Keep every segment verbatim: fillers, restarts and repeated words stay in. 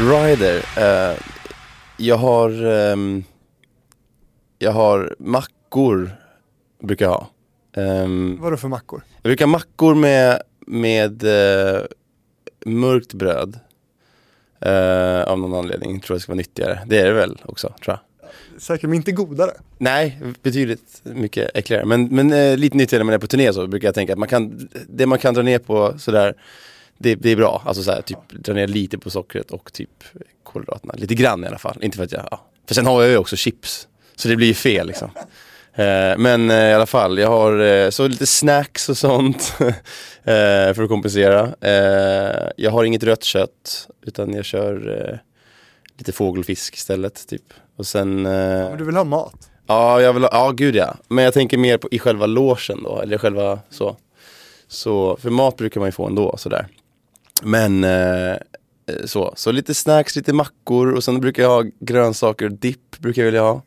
rider. Uh, jag har um, jag har mackor brukar jag ha. Um, Vad är det för mackor? Jag brukar ha mackor med med uh, mörkt bröd. Uh, av någon anledning tror jag ska vara nyttigare. Det är det väl också, tror jag. Säkert, men inte godare. Nej, betydligt mycket äckligare. Men, men uh, lite nyttigare när man är på turné så brukar jag tänka att man kan, det man kan dra ner på sådär, det, det är bra. Alltså såhär, typ dra ner lite på sockret och typ kolhydraterna. Lite grann i alla fall. Inte för att jag, ja. För sen har jag ju också chips. Så det blir ju fel liksom. Uh, men uh, i alla fall, jag har uh, så lite snacks och sånt uh, för att kompensera. Uh, jag har inget rött kött utan jag kör uh, lite fågelfisk istället typ. Och sen... Uh, men du vill ha mat? Ja, jag vill ha, ja gud ja. Men jag tänker mer på i själva logen då, eller själva så. Så för mat brukar man ju få ändå sådär. Men uh, så, så lite snacks, lite mackor och sen brukar jag ha grönsaker och dipp brukar jag vilja ha.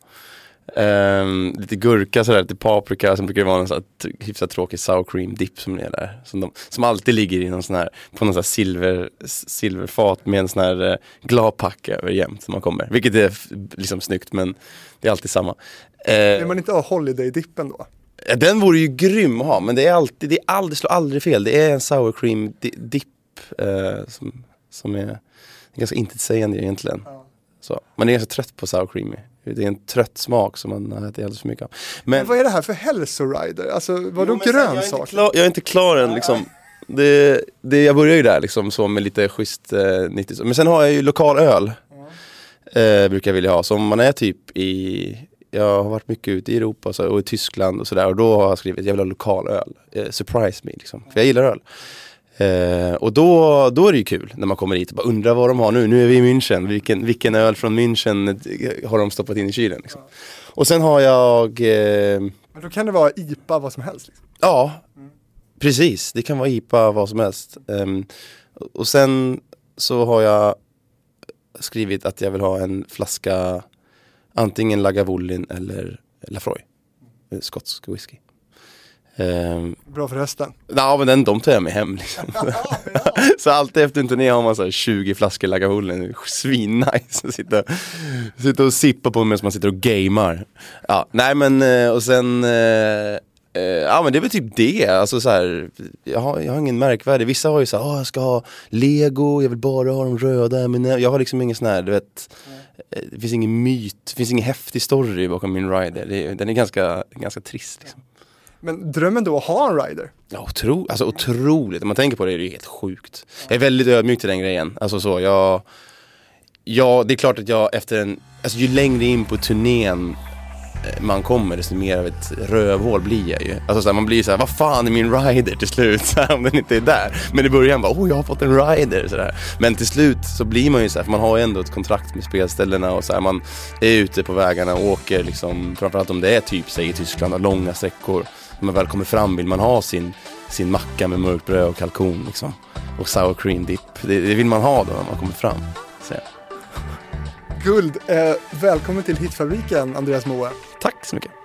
Um, lite gurka sådär, lite paprika. Sen brukar det vara en sån här hyfsat tråkig sour cream dip som det är där, som, de, som alltid ligger i någon sån här, på någon sån här silver, silverfat med en sån här uh, gladpack över jämt som man kommer, vilket är f- liksom snyggt, men det är alltid samma. uh, Vill man inte ha holiday-dippen då? Den vore ju grym att ha, men det är alltid, det är aldrig, slår aldrig fel. Det är en sour cream di- dip uh, som, som är ganska intetsägande egentligen. Ja. Så, man är ganska trött på sour cream. Det är en trött smak som man har ätit alldeles för mycket av. Men, men vad är det här för hälsorider? Alltså, vad då grönsaker? Jag, jag är inte klar än liksom. Det, det, jag börjar ju där liksom så med lite schysst eh, nittio. Men sen har jag ju lokal öl. Mm. Eh, brukar jag vilja ha. Så om man är typ i... Jag har varit mycket ute i Europa och, så, och i Tyskland och sådär. Och då har jag skrivit jag vill ha lokal öl. Eh, surprise me liksom. För jag gillar öl. Uh, och då, då är det ju kul när man kommer hit och bara undrar vad de har nu. Nu är vi i München. Vilken, vilken öl från München har de stoppat in i kylen? Liksom. Och sen har jag... Uh, Men då kan det vara I P A, vad som helst. Liksom. Ja, mm. Precis. Det kan vara I P A, vad som helst. Um, och sen så har jag skrivit att jag vill ha en flaska antingen Lagavulin eller Lafroy. Skotsk whisky. Um, Bra för hästen. Ja, men den, de tar jag med hem liksom. Ja, ja. Så alltid efter en turné har man så här tjugo flaskor Lagavulin. Svin nice. Sitta, sitta och sippa på medan man sitter och gamar. Ja, nej men och sen eh, eh, ja men det är väl typ det. Alltså så här, jag har, jag har ingen märkvärde. Vissa har ju så här, oh, jag ska ha Lego, jag vill bara ha de röda, men jag har liksom ingen sån här, du vet. Det finns ingen myt, det finns ingen häftig story bakom min rider. Det, den är ganska, ganska trist liksom. Men drömmen då att ha en rider? Ja, otro, alltså otroligt. Om man tänker på det är det ju helt sjukt. Jag är väldigt ödmjuk till den grejen. Alltså så, jag... Ja, det är klart att jag efter en... Alltså ju längre in på turnén man kommer, desto mer av ett rövhål blir jag ju. Alltså så här, man blir så här, vad fan är min rider till slut? Så här, om den inte är där. Men i början bara, åh jag har fått en rider. Så där. Men till slut så blir man ju så här, för man har ju ändå ett kontrakt med spelställena och så här, man är ute på vägarna och åker liksom, framförallt om det är typ säg i Tyskland och långa sträckor. När man väl kommer fram vill man ha sin, sin macka med mörkt bröd och kalkon liksom. Och sour cream dip. Det, det vill man ha då när man kommer fram. Så. Guld. Eh, välkommen till Hitfabriken, Andreas Moe. Tack så mycket.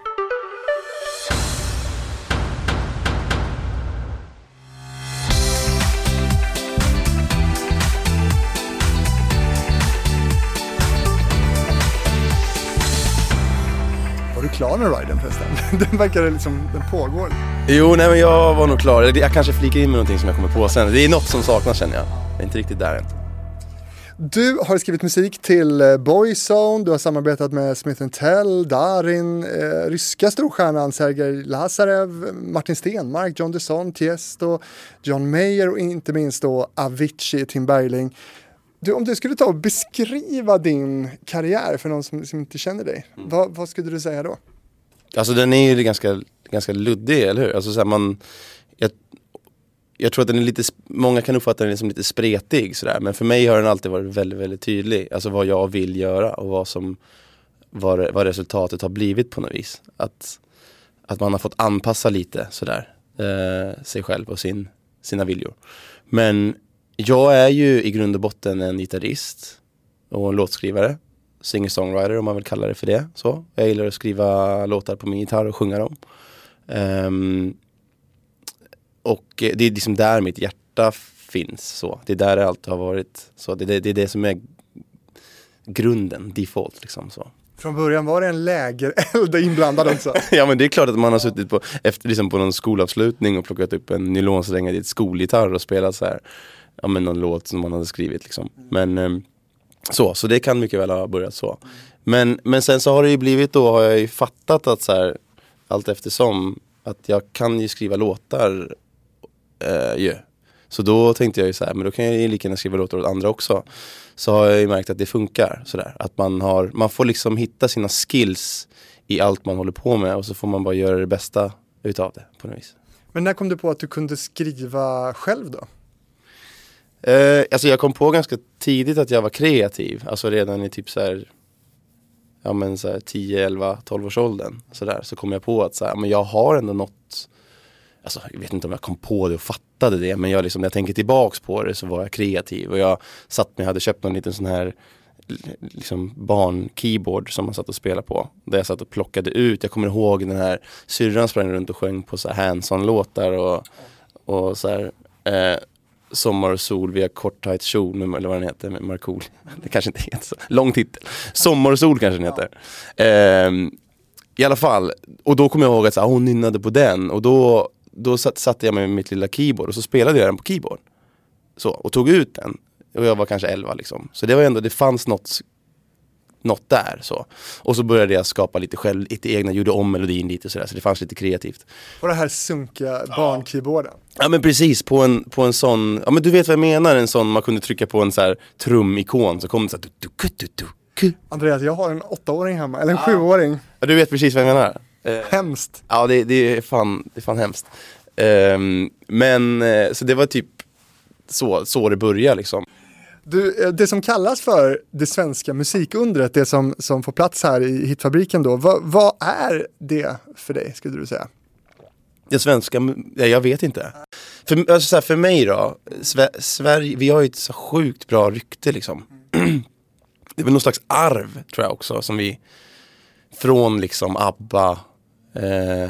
Var du klar med riden förresten? Den verkar liksom, den pågår. Jo, nej men jag var nog klar. Jag kanske flikar in med någonting som jag kommer på sen. Det är något som saknas känner jag. Jag är inte riktigt där än. Du har skrivit musik till Boyzone, du har samarbetat med Smith and Tell, Darin, eh, ryska storstjärnan Sergej Lazarev, Martin Stenmark, John Desson, Tiesto, John Mayer och inte minst då Avicii, Tim Bergling. Du, om du skulle ta och beskriva din karriär för någon som, som inte känner dig, mm. vad, vad skulle du säga då? Alltså den är ju ganska, ganska luddig, eller hur? Alltså så här, man... Jag, jag tror att den är lite, många kan uppfatta den som lite spretig sådär, men för mig har den alltid varit väldigt, väldigt tydlig. Alltså vad jag vill göra och vad som vad, vad resultatet har blivit på något vis. Att, att man har fått anpassa lite sådär eh, sig själv och sin, sina viljor. Men jag är ju i grund och botten en gitarrist och en låtskrivare. Singer-songwriter om man vill kalla det för det. Så. Jag gillar att skriva låtar på min gitarr och sjunga dem. Um, och det är liksom där mitt hjärta finns. Så. Det är där det alltid har varit. Så det, det, det är det som är grunden, default liksom så. Från början var det en lägereld inblandad också. Ja, men det är klart att man har suttit på, efter, liksom på någon skolavslutning och plockat upp en nylonstränga i ett skolgitarr och spelat så här, ja men någon låt som man hade skrivit liksom. Men eh, så, så det kan mycket väl ha börjat så. Men, men sen så har det ju blivit då, har jag ju fattat att så här, allt eftersom, att jag kan ju skriva låtar eh, ju. Så då tänkte jag ju så här, men då kan jag ju lika gärna skriva låtar åt andra också. Så har jag ju märkt att det funkar sådär. Att man har, man får liksom hitta sina skills i allt man håller på med och så får man bara göra det bästa utav det på något vis. Men när kom du på att du kunde skriva själv då? Eh, alltså jag kom på ganska tidigt att jag var kreativ. Alltså redan i typ så här, ja men så här tio, elva, tolv års åldern. Så, där, så kom jag på att så här, men jag har ändå något, alltså jag vet inte om jag kom på det och fattade det, men jag liksom, när jag tänker tillbaks på det så var jag kreativ. Och jag satt med, hade köpt någon liten sån här liksom barn-keyboard som man satt och spelade på. Där jag satt och plockade ut, jag kommer ihåg den här syrran sprang runt och sjöng på så här Hanson-låtar och, och så här eh, Sommar och sol via korttajt kjol, eller vad den heter, med Markoolio. Det kanske inte heter så. Lång titel. Sommar och sol kanske den heter. Eh, I alla fall, och då kom jag ihåg att så, ah, hon nynnade på den. Och då, då satt, satte jag med mitt lilla keyboard och så spelade jag den på keyboard. Så, och tog ut den. Och jag var kanske elva liksom. Så det var ändå, det fanns något, något där så. Och så började jag skapa lite själv, lite egna, gjorde om melodin lite sådär. Så det fanns lite kreativt. Och det här sunkiga barnkeyboarden. Ja men precis, på en, på en sån, ja men du vet vad jag menar, en sån man kunde trycka på en så här trumikon så kom det så här du, du, du, du, du. Andreas, jag har en åttaåring hemma, eller en ja. sjuåring. Ja, du vet precis vad jag menar. Eh, hemskt. Ja, det, det, är fan, det är fan hemskt. Um, men, uh, så det var typ så, så det började liksom. Du, det som kallas för det svenska musikundret, det som, som får plats här i Hitfabriken då, vad, vad är det för dig, skulle du säga? Det svenska, ja, jag vet inte. För, alltså, så här, för mig då, Sve- Sverige, vi har ju ett så sjukt bra rykte liksom. Det är väl någon slags arv, tror jag också, som vi från liksom ABBA, eh,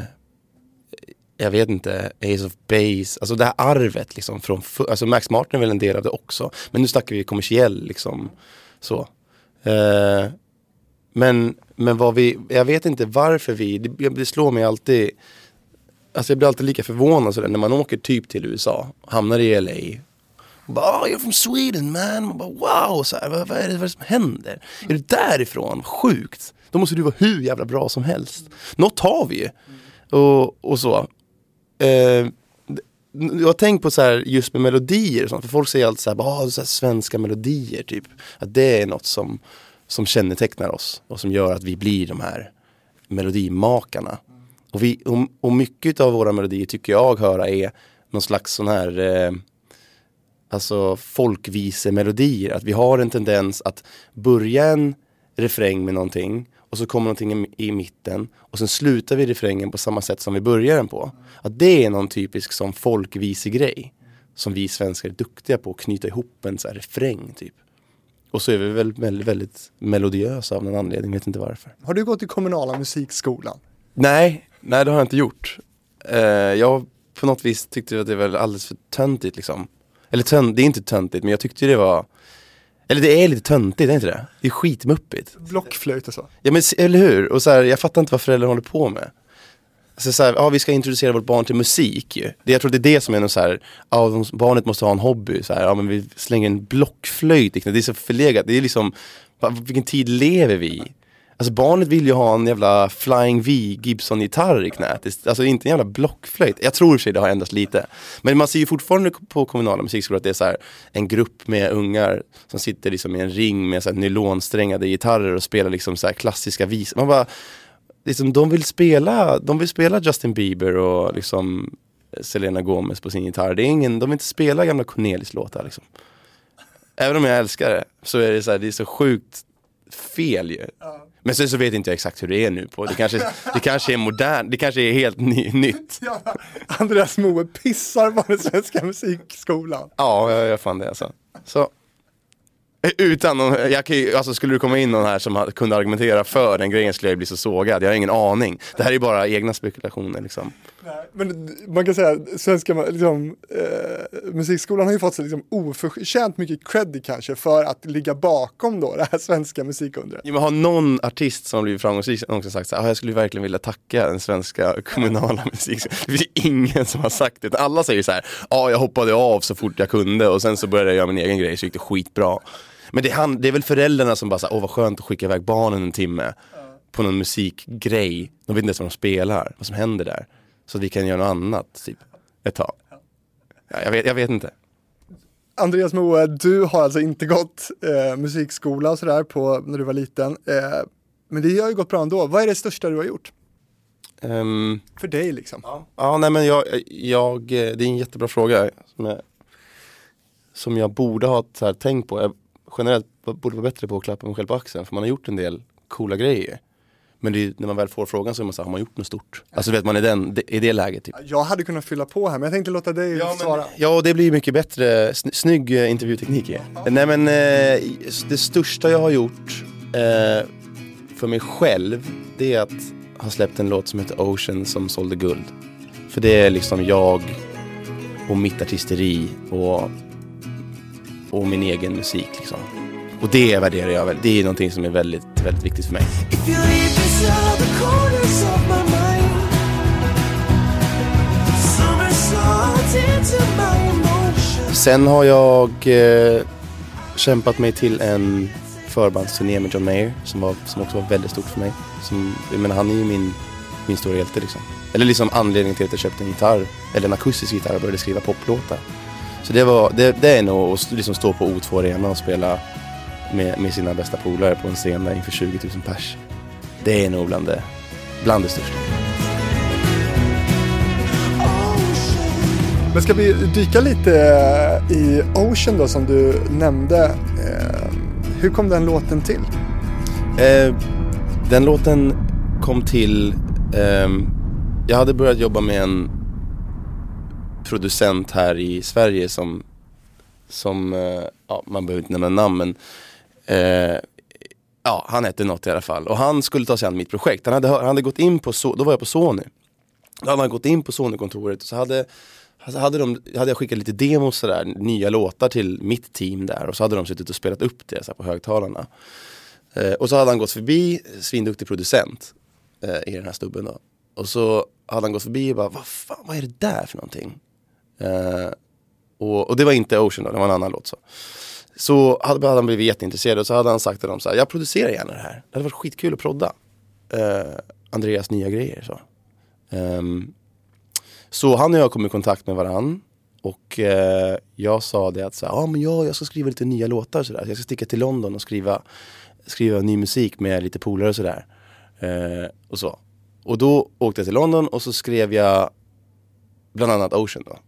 jag vet inte, Ace of Base, alltså det här arvet liksom från, alltså Max Martin är väl en del av det också, men nu snackar vi kommersiell liksom så. Eh, men, men vad vi, jag vet inte varför vi, det, det slår mig alltid, alltså jag blir alltid lika förvånad sådär, när man åker typ till U S A, hamnar i L A och bara, oh, you're from Sweden man, man bara, wow, så här, vad, vad, är det, vad är det som händer? Är du därifrån? Sjukt. Då måste du vara hur jävla bra som helst. Något har vi ju. Och, och så. Eh, jag har tänkt på så här, just med melodier och sånt, för folk säger alltid så här, ah, så här svenska melodier typ. Att det är något som, som kännetecknar oss och som gör att vi blir de här melodimakarna. Och, vi, och, och mycket av våra melodier tycker jag höra är någon slags sån här eh, alltså folkvisemelodier. Att vi har en tendens att börja en refräng med någonting och så kommer någonting i, i mitten och sen slutar vi refrängen på samma sätt som vi börjar den på. Att det är någon typisk som folkvisegrej som vi svenskar är duktiga på, att knyta ihop en så här refräng typ. Och så är vi väl väldigt, väldigt melodiösa av någon anledning, vet inte varför. Har du gått i kommunala musikskolan? Nej, nej det har jag inte gjort. Uh, jag på något vis tyckte att det var alldeles för töntigt liksom. Eller tönt, det är inte töntigt, men jag tyckte det var, eller det är lite töntigt, är det inte det? Det är skitmuppigt. Blockflöjt och så. Ja men eller hur? Och så här, jag fattar inte vad föräldrar håller på med. Så, så här, ja vi ska introducera vårt barn till musik ju. Det, jag tror det är det som är något så här, ja barnet måste ha en hobby så här, ja men vi slänger en blockflöjt, det är så förlegat. Det är liksom, vilken tid lever vi i? Alltså barnet vill ju ha en jävla Flying V Gibson-gitarr i knät. Alltså inte en jävla blockflöjt. Jag tror i sig det har ändrats lite. Men man ser ju fortfarande på kommunala musikskolor att det är så här en grupp med ungar som sitter liksom i en ring med så här nylonsträngade gitarrer och spelar liksom så här klassiska visor. Man bara, liksom, de vill spela, de vill spela Justin Bieber och liksom Selena Gomez på sin gitarr. Det är ingen, de vill inte spela gamla Cornelis-låtar liksom. Även om jag älskar det så är det så här, det är så sjukt fel ju. Ja. Men sen så vet inte jag exakt hur det är nu på. Det kanske, det kanske är modern, det kanske är helt ny, nytt. Ja, Andreas Moe pissar på den svenska musikskolan. Ja, jag, jag fann det alltså. Så utan någon, jag kan ju, alltså skulle du komma in någon här som kunde argumentera för den grejen skulle jag bli så sågad. Jag har ingen aning. Det här är bara egna spekulationer liksom. Nej, men man kan säga svenska liksom, eh, musikskolan har ju fått sig liksom oförtjänt mycket cred kanske för att ligga bakom då det här svenska musikundret. Jo, men har någon artist som blivit framgångsrik också sagt så här, ah, jag skulle verkligen vilja tacka den svenska kommunala musikskolan. Det finns ingen som har sagt det. Alla säger så här, ja ah, jag hoppade av så fort jag kunde och sen så började jag göra min egen grej så gick det skitbra. Men det är, det är väl föräldrarna som bara säger, åh vad skönt att skicka iväg barnen en timme på någon musikgrej. De vet inte ens vad de spelar, vad som händer där. Så att vi kan göra något annat typ, ett tag. Ja, jag, vet, jag vet inte. Andreas Moe, du har alltså inte gått eh, musikskola och sådär på när du var liten. Eh, men det har ju gått bra ändå. Vad är det största du har gjort? Um, För dig liksom. Ja, ja nej men jag, jag, det är en jättebra fråga som jag, som jag borde ha så här, tänkt på. Jag generellt borde vara bättre på att klappa mig själv på axeln. För man har gjort en del coola grejer. Men det är, när man väl får frågan så är man så här, har man gjort något stort? Alltså vet man i, den, i det läget typ. Jag hade kunnat fylla på här men jag tänkte låta dig ja, svara. Men, ja, det blir mycket bättre. Sn- snygg eh, intervjuteknik. Ja. Nej men eh, det största jag har gjort eh, för mig själv, det är att ha släppt en låt som heter Ocean som sålde guld. För det är liksom jag och mitt artisteri och, och min egen musik liksom. Och det värderar jag väl. Det är någonting som är väldigt, väldigt viktigt för mig. Sen har jag eh, kämpat mig till en förbandsturné med John Mayer som, var, som också var väldigt stort för mig. Som, jag menar, han är ju min, min stora hjälte liksom. Eller liksom anledningen till att jag köpte en gitarr, eller en akustisk gitarr och började skriva poplåtar. Så det, var, det, det är nog att liksom stå på O två Arena och spela med, med sina bästa polare på en scen där inför tjugo tusen pers. Det är nog bland det, bland det största. Men ska vi dyka lite i Ocean då som du nämnde. Hur kom den låten till? Eh, den låten kom till... Eh, jag hade börjat jobba med en producent här i Sverige som... som eh, ja, man behöver inte nämna namn, men... Eh, ja, han hette något i alla fall. Och han skulle ta sig an mitt projekt. Han hade, han hade gått in på... Då var jag på Sony. Då hade han gått in på Sony-kontoret och så hade... Alltså hade, de, hade jag skickat lite demos sådär, nya låtar till mitt team där. Och så hade de suttit och spelat upp det så här, på högtalarna. Eh, och så hade han gått förbi, svinduktig producent eh, i den här stubben då. Och så hade han gått förbi och bara, vad fan, vad är det där för någonting? Eh, och, och det var inte Ocean då, det var en annan låt så. Så hade, hade han blivit jätteintresserad och så hade han sagt till dem så här, jag producerar gärna det här. Det hade varit skitkul att prodda. Eh, Andreas nya grejer så. Um, Så han och jag kom i kontakt med varann. Och eh, jag sa det att så, ah, men jag, jag ska skriva lite nya låtar och sådär. Jag ska sticka till London och skriva, skriva ny musik med lite polare och sådär. Eh, och så. Och då åkte jag till London och så skrev jag bland annat Ocean då.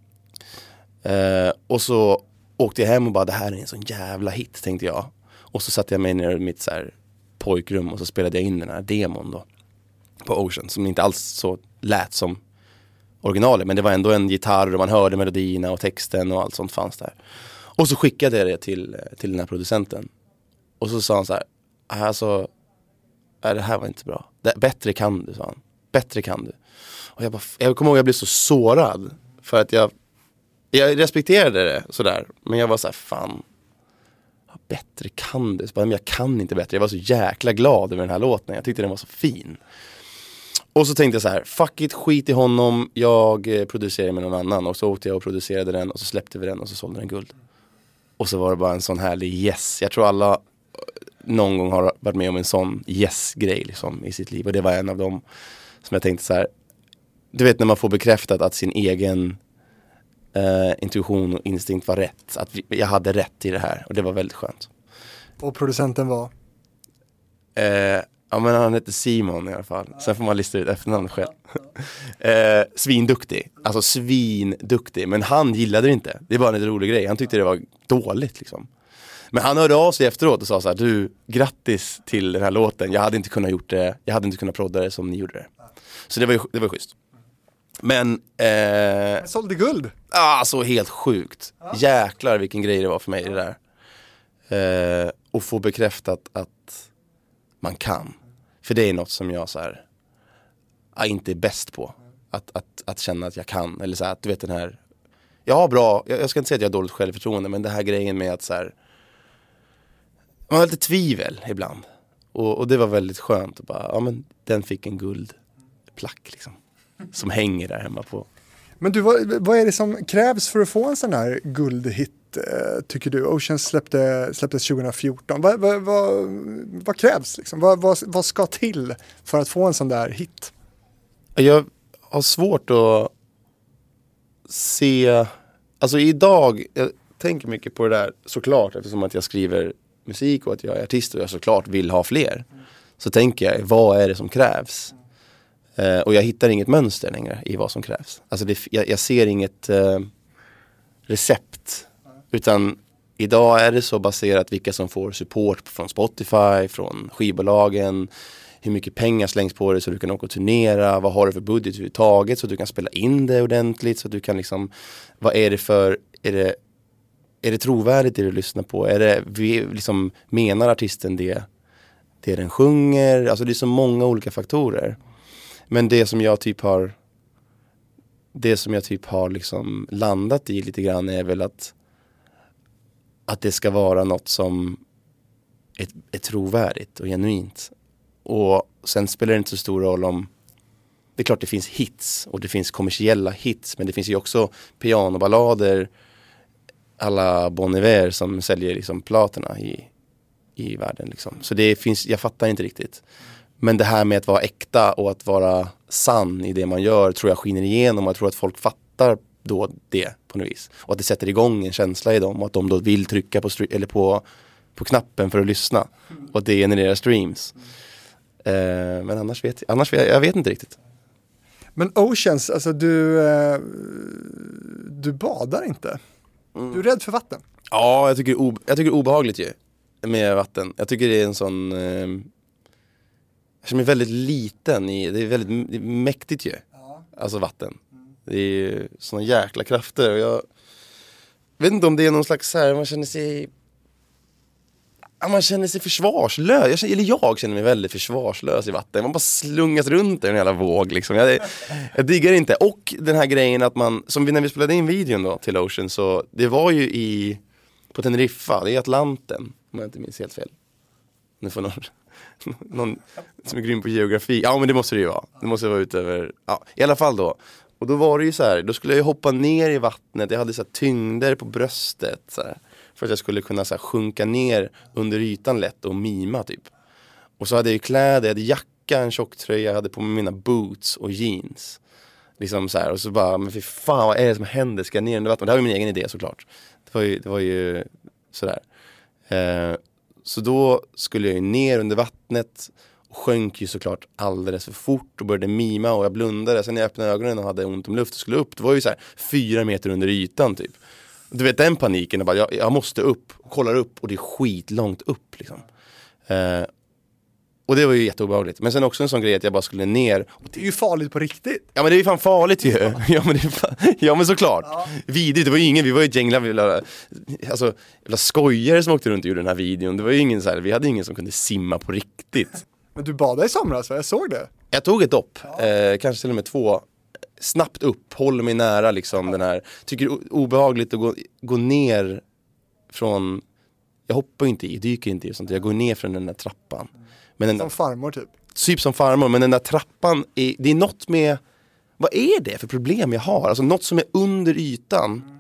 Eh, och så åkte jag hem och bara, det här är en sån jävla hit, tänkte jag. Och så satte jag mig ner i mitt så här, pojkrum och så spelade jag in den här demon då. På Ocean, som inte alls så lät som originalet, men det var ändå en gitarr och man hörde melodierna och texten och allt sånt fanns där. Och så skickade jag det till, till den här producenten. Och så sa han så här, alltså, det här var inte bra. Det, bättre kan du, sa han. Bättre kan du. Och jag bara, jag kommer ihåg att jag blev så sårad. För att jag, jag respekterade det sådär. Men jag var så här, fan, bättre kan du. Så bara, men jag kan inte bättre. Jag var så jäkla glad över den här låten. Jag tyckte den var så fin. Och så tänkte jag så här, fuck it, skit i honom. Jag eh, producerar med någon annan. Och så åkte jag och producerade den. Och så släppte vi den och så sålde den guld. Och så var det bara en sån härlig yes. Jag tror alla någon gång har varit med om en sån yes-grej liksom, i sitt liv. Och det var en av dem som jag tänkte så här. Du vet när man får bekräftat att sin egen eh, intuition och instinkt var rätt. Att vi, jag hade rätt i det här. Och det var väldigt skönt. Och producenten var? Eh... Ja, men han heter Simon i alla fall. Sen får man lista ut efternamnet själv. eh, svinduktig. Alltså svinduktig. Men han gillade det inte. Det var en rolig grej. Han tyckte det var dåligt liksom. Men han hörde av sig efteråt och sa så här, du, grattis till den här låten. Jag hade inte kunnat gjort det. Jag hade inte kunnat prodda det som ni gjorde det. Så det var ju, det var schysst. Men... Eh, jag sålde guld. Alltså helt sjukt. Jäklar vilken grej det var för mig det där. Eh, och få bekräftat att man kan. För det är något som jag så här, jag inte är bäst på. Att, att, att känna att jag kan. Eller så här, att du vet den här... Jag har bra... Jag, jag ska inte säga att jag har dåligt självförtroende. Men det här grejen med att så här... Man har lite tvivel ibland. Och, och det var väldigt skönt. Och bara, ja men den fick en guldplack liksom. Som hänger där hemma på. Men du, vad, vad är det som krävs för att få en sån här guldhit, eh, tycker du? Oceans släppte, släpptes tjugo fjorton. Vad, vad, vad, vad krävs liksom? Vad, vad, vad ska till för att få en sån där hit? Jag har svårt att se... Alltså idag, jag tänker mycket på det där såklart, eftersom att jag skriver musik och att jag är artist och jag såklart vill ha fler. Så tänker jag, vad är det som krävs? Uh, och jag hittar inget mönster längre i vad som krävs. Alltså det, jag, jag ser inget uh, recept. Utan idag är det så baserat vilka som får support från Spotify, från skivbolagen. Hur mycket pengar slängs på det så du kan åka och turnera. Vad har du för budget överhuvudtaget så att du kan spela in det ordentligt. Så att du kan liksom, vad är det för, är det, är det trovärdigt det du lyssnar på? Är det, vi, liksom, menar artisten det, det den sjunger? Alltså det är så många olika faktorer. Men det som jag typ har det som jag typ har liksom landat i lite grann är väl att att det ska vara något som är, är trovärdigt och genuint. Och sen spelar det inte så stor roll om det är klart det finns hits och det finns kommersiella hits, men det finns ju också pianoballader alla Bon Iver som säljer liksom platerna i, i världen liksom. Så det finns, jag fattar inte riktigt. Men det här med att vara äkta och att vara sann i det man gör tror jag skiner igenom. Jag tror att folk fattar då det på något vis. Och att det sätter igång en känsla i dem och att de då vill trycka på, stri- eller på, på knappen för att lyssna. Och att det genererar streams. Mm. Eh, men annars vet, annars vet jag, jag vet inte riktigt. Men Oceans, alltså du, eh, du badar inte. Mm. Du är rädd för vatten. Ja, jag tycker, o- jag tycker det är obehagligt ju med vatten. Jag tycker det är en sån... Eh, jag känner mig väldigt liten i, det är väldigt det är mäktigt ju. Ja. Alltså vatten. Mm. Det är ju såna jäkla krafter och jag vet inte om det är någon slags så här, man känner sig ja, man känner sig försvarslös. Jag känner, eller jag känner mig väldigt försvarslös i vatten. Man bara slungas runt i en hela våg liksom. Jag, jag diggar inte. Och den här grejen att man, som vi när vi spelade in videon då till Ocean, så det var ju i på Teneriffa, det är Atlanten om jag inte minns helt fel. Nu får någon någon som är grym på geografi. Ja men det måste det ju vara. Det måste vara utöver, ja i alla fall då. Och då var det ju så här, då skulle jag ju hoppa ner i vattnet. Jag hade så här tyngder på bröstet så här, för att jag skulle kunna så här sjunka ner under ytan lätt och mima typ. Och så hade jag ju kläder, jag hade jacka, en tjocktröja, jag hade på mig mina boots och jeans. Liksom så här, och så bara, men fy fan vad är det som händer? Ska jag ner under vattnet? Det här var min egen idé såklart. Det var ju, det var ju sådär. Eh, Så då skulle jag ju ner under vattnet och sjönk ju såklart alldeles för fort och började mima och jag blundade. Sen när jag öppnade ögonen och hade ont om luft och skulle upp, det var ju så här fyra meter under ytan typ. Du vet den paniken, bara, jag, jag måste upp, och kollar upp och det är skitlångt upp liksom. Eh, och det var ju jätteobehagligt. Men sen också en sån grej att jag bara skulle ner. Och det är ju farligt på riktigt. Ja men det är ju fan farligt ju. Ja, ja, men, det är fan, ja men såklart. Ja. Vidrigt, det var ju ingen, vi var ju ett gäng jävla, alltså, jävla skojare som åkte runt och gjorde den här videon. Det var ju ingen så här, vi hade ingen som kunde simma på riktigt. Men du badade i somras va? Jag såg det. Jag tog ett dopp, ja. eh, kanske till och med två. Snabbt upp, håller mig nära liksom ja. Den här. Tycker det är obehagligt att gå, gå ner från, jag hoppar inte i, dyker inte i sånt. Jag går ner från den där trappan. Men den som där, farmor typ. Typ som farmor, men den där trappan är, det är något med, vad är det för problem jag har? Alltså något som är under ytan. Mm.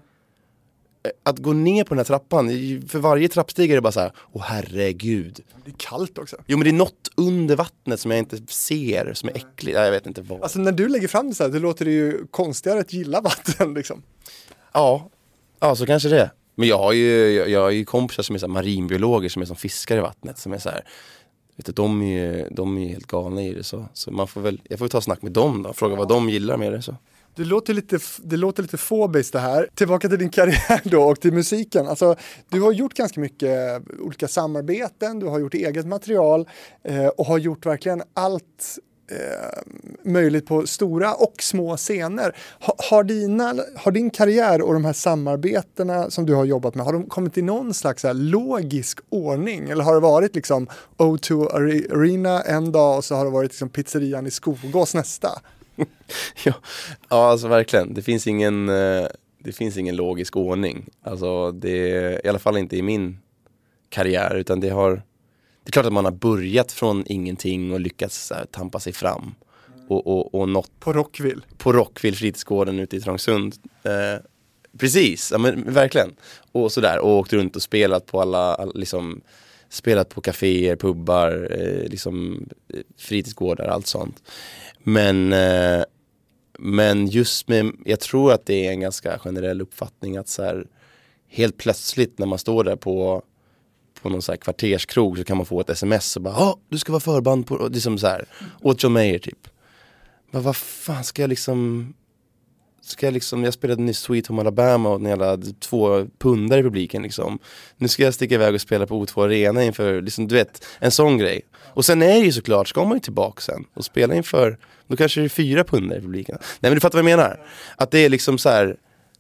Att gå ner på den här trappan, för varje trappsteg är det bara så här, åh herregud. Det är kallt också. Jo men det är något under vattnet som jag inte ser, som är äckligt. Jag vet inte vad. Alltså när du lägger fram det så här, det låter det ju konstigare att gilla vatten liksom. Ja, ja så kanske det. Men jag har ju, jag, jag har ju kompisar som är så här marinbiologer som är som fiskar i vattnet, som är så här. Vet du, de är, de är helt galna i det så, så man får väl, jag får ta snack med dem då, fråga vad de gillar med det så. Det låter lite, det låter lite fobiskt det här. Tillbaka till din karriär då och till musiken. Alltså, du har gjort ganska mycket olika samarbeten, du har gjort eget material eh, och har gjort verkligen allt eh, möjligt på stora och små scener. Ha, har, dina, har din karriär och de här samarbetena som du har jobbat med, har de kommit i någon slags här logisk ordning? Eller har det varit liksom O två Arena en dag och så har det varit liksom pizzerian i Skogås nästa? ja, ja, alltså verkligen. Det finns ingen, det finns ingen logisk ordning. Alltså det, i alla fall inte i min karriär, utan det har, det är klart att man har börjat från ingenting och lyckats så här, tampa sig fram. Och, och, och nått på Rockville. På Rockville fritidsgården ute i Trångsund. Eh, precis, ja, men verkligen. Och sådär, och åkt runt och spelat på alla, all, liksom, spelat på kaféer, pubbar, eh, liksom fritidsgårdar, allt sånt. Men, eh, men just med, jag tror att det är en ganska generell uppfattning att så här, helt plötsligt när man står där på på någon så här kvarterskrog så kan man få ett sms och bara, ja, du ska vara förband på, det är som så här, åt John Mayer typ. Men vad fan ska jag liksom, ska jag liksom, jag spelade nyss Sweet Home Alabama och när jag hade två pundar i publiken liksom. Nu ska jag sticka iväg och spela på O två Arena inför, liksom, du vet, en sån grej. Och sen är det ju såklart, ska man ju tillbaka sen och spela inför, då kanske det är fyra pundar i publiken. Nej men du fattar vad jag menar. Att det är liksom så här,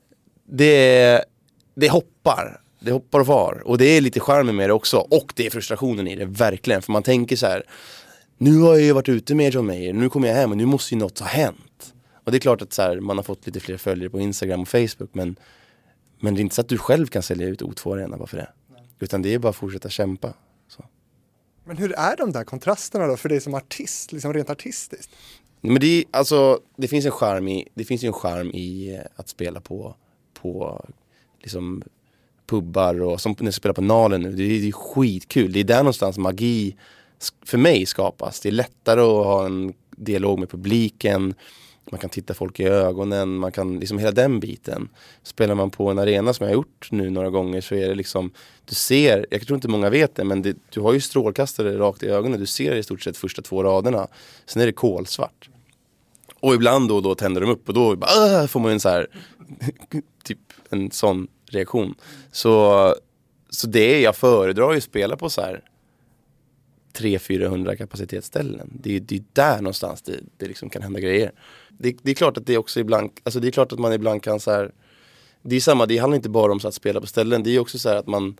det, det hoppar. Det hoppar och far. Och det är lite charmen med det också. Och det är frustrationen i det, verkligen. För man tänker så här, nu har jag ju varit ute med John Mayer, nu kommer jag hem och nu måste ju något ha hänt. Och det är klart att så här, man har fått lite fler följare på Instagram och Facebook, men, men det är inte så att du själv kan sälja ut O två Arena bara för det. Nej. Utan det är bara att fortsätta kämpa. Så. Men hur är de där kontrasterna då för dig som artist, liksom rent artistiskt? Men det, är, alltså, det finns en charm i, det finns ju en charm i att spela på, på liksom pubbar och som när jag spelar på Nalen nu. Det är, det är skitkul. Det är där någonstans magi för mig skapas. Det är lättare att ha en dialog med publiken. Man kan titta folk i ögonen. Man kan liksom hela den biten. Spelar man på en arena som jag har gjort nu några gånger så är det liksom, du ser, jag tror inte många vet det, men det, du har ju strålkastare rakt i ögonen. Du ser i stort sett första två raderna. Sen är det kolsvart. Och ibland då och då tänder de upp och då bara, får man en så här typ en sån reaktion. Så, så det är, jag föredrar ju att spela på så här tre till fyrahundra kapacitetsställen. Det är, det är där någonstans det, det liksom kan hända grejer. Det, det är klart att det också ibland, alltså det är klart att man ibland kan så här, det är samma, det handlar inte bara om så att spela på ställen, det är också så här att man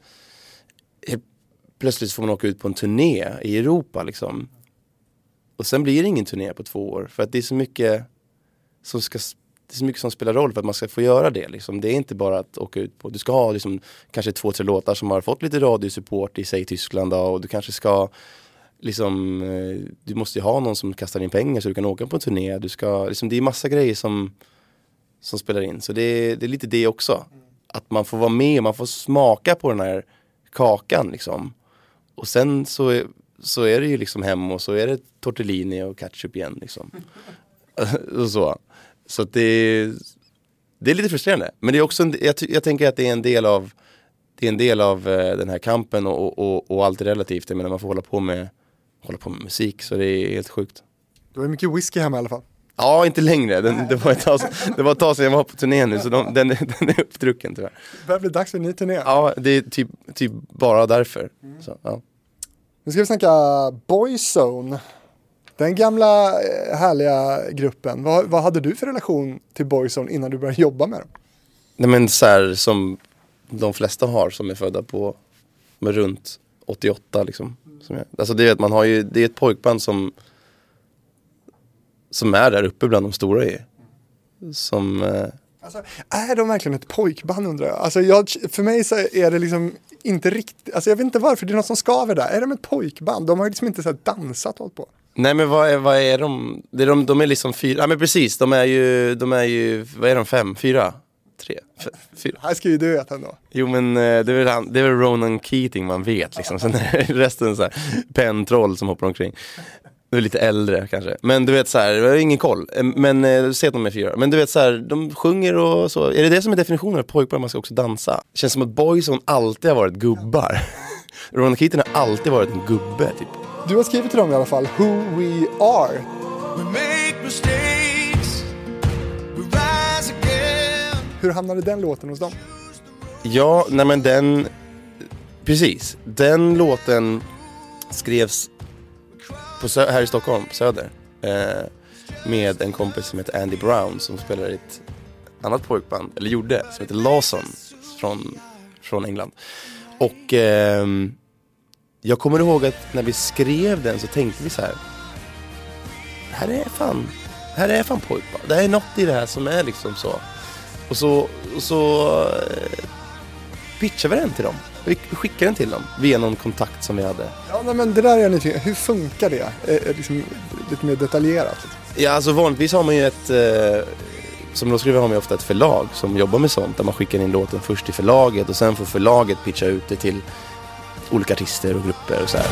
plötsligt får man åka ut på en turné i Europa liksom. Och sen blir det ingen turné på två år för att det är så mycket som ska, det är så mycket som spelar roll för att man ska få göra det liksom. Det är inte bara att åka ut på, du ska ha liksom kanske två, tre låtar som har fått lite radiosupport i sig Tyskland då, och du kanske ska liksom, du måste ju ha någon som kastar in pengar så du kan åka på en turné. Du ska, liksom, det är massa grejer som, som spelar in. Så det är, det är lite det också. Att man får vara med, man får smaka på den här kakan liksom. Och sen så är, så är det ju liksom hem och så är det tortellini och ketchup igen liksom. och så. Så att det, det är lite frustrerande. Men det är också en, jag, jag tänker att det är en del av det är en del av uh, den här kampen och, och, och allt är relativt. Jag menar man får hålla på med hålla på med musik så det är helt sjukt. Du har mycket whisky hemma i alla fall. Ja, inte längre. Den, det, var ett tag, det var ett tag sedan jag var på turné nu så de, den, den är uppdrucken tyvärr. Det börjar bli dags för en ny turné. Ja, det är typ, typ bara därför. Mm. Så, ja. Nu ska vi snacka Boyzone. Den gamla härliga gruppen. Vad, vad hade du för relation till Boyzone innan du började jobba med dem? Nej men så här som de flesta har som är födda på med runt åttioåtta liksom. Som jag, alltså det är att man har ju, det är ett pojkband som som är där uppe bland de stora i. Som eh... alltså, är de verkligen ett pojkband undrar jag? Alltså jag, för mig så är det liksom inte riktigt, alltså jag vet inte varför, det är något som skaver där. Är de ett pojkband? De har ju liksom inte så här dansat hållit på. Nej men vad är, vad är de? Det är de? De är liksom fyra, ja men precis, de är ju, de är ju, vad är de, fem, fyra? Tre, f- fyra. Här ska ju du veta ändå. Jo men det är väl, han, det är väl Ronan Keating man vet liksom. Sen är resten så här pentroll som hoppar omkring. Du är lite äldre kanske. Men du vet så här, jag har ingen koll. Men du ser att de är fyra. Men du vet så här, de sjunger och så. Är det det som är definitionen av pojkband? Man ska också dansa. Känns som att Boyzone alltid har varit gubbar. Ronan Keating har alltid varit en gubbe typ. Du har skrivit till dem i alla fall, Who We Are. We make mistakes, we rise again. Hur hamnade den låten hos dem? Ja, nej men den, precis. Den låten skrevs på Sö- här i Stockholm, på Söder. Eh, med en kompis som heter Andy Brown som spelar i ett annat pojkband, eller gjorde, som heter Lawson från, från England. Och eh, jag kommer ihåg att när vi skrev den så tänkte vi så här: här är fan, här är fan pojkband. Det är något i det här som är liksom så. Och så, och så eh, pitchar vi den till dem. Vi skickar den till dem via någon kontakt som vi hade. Ja, nej, men det där är jag nyfiken. Hur funkar det? Eh, liksom, lite mer detaljerat. Ja, alltså vanligtvis har man ju ett... Eh, som låtskrivare har man ju ofta ett förlag som jobbar med sånt. Där man skickar in låten först till förlaget och sen får förlaget pitcha ut det till olika artister och grupper och så här.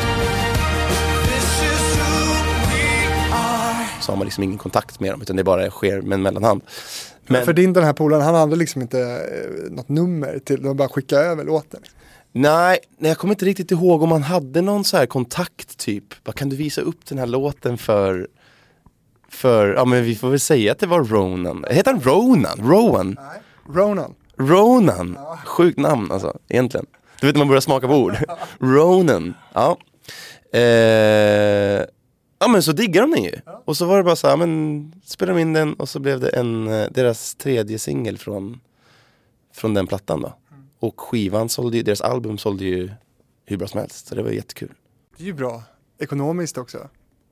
Så har man liksom ingen kontakt med dem utan det bara sker med en mellanhand. Men för din den här polaren, han hade liksom inte eh, något nummer till, de bara skicka över låten. Nej, nej, jag kommer inte riktigt ihåg om man hade någon så här kontakt typ. Vad kan du visa upp den här låten för... För, ja men vi får väl säga att det var Ronan. Heter han Ronan? Rowan? Nej, Ronan. Ronan. Ja. Sjukt namn alltså, egentligen. Du vet när man börjar smaka på ord. Ronan. Ja. Eh, ja men så diggar de den ju. Ja. Och så var det bara så här, men spelade de in den och så blev det en deras tredje singel från från den plattan då. Mm. Och skivan sålde ju, deras album sålde ju hur bra som helst. Så det var jättekul. Det är ju bra. Ekonomiskt också.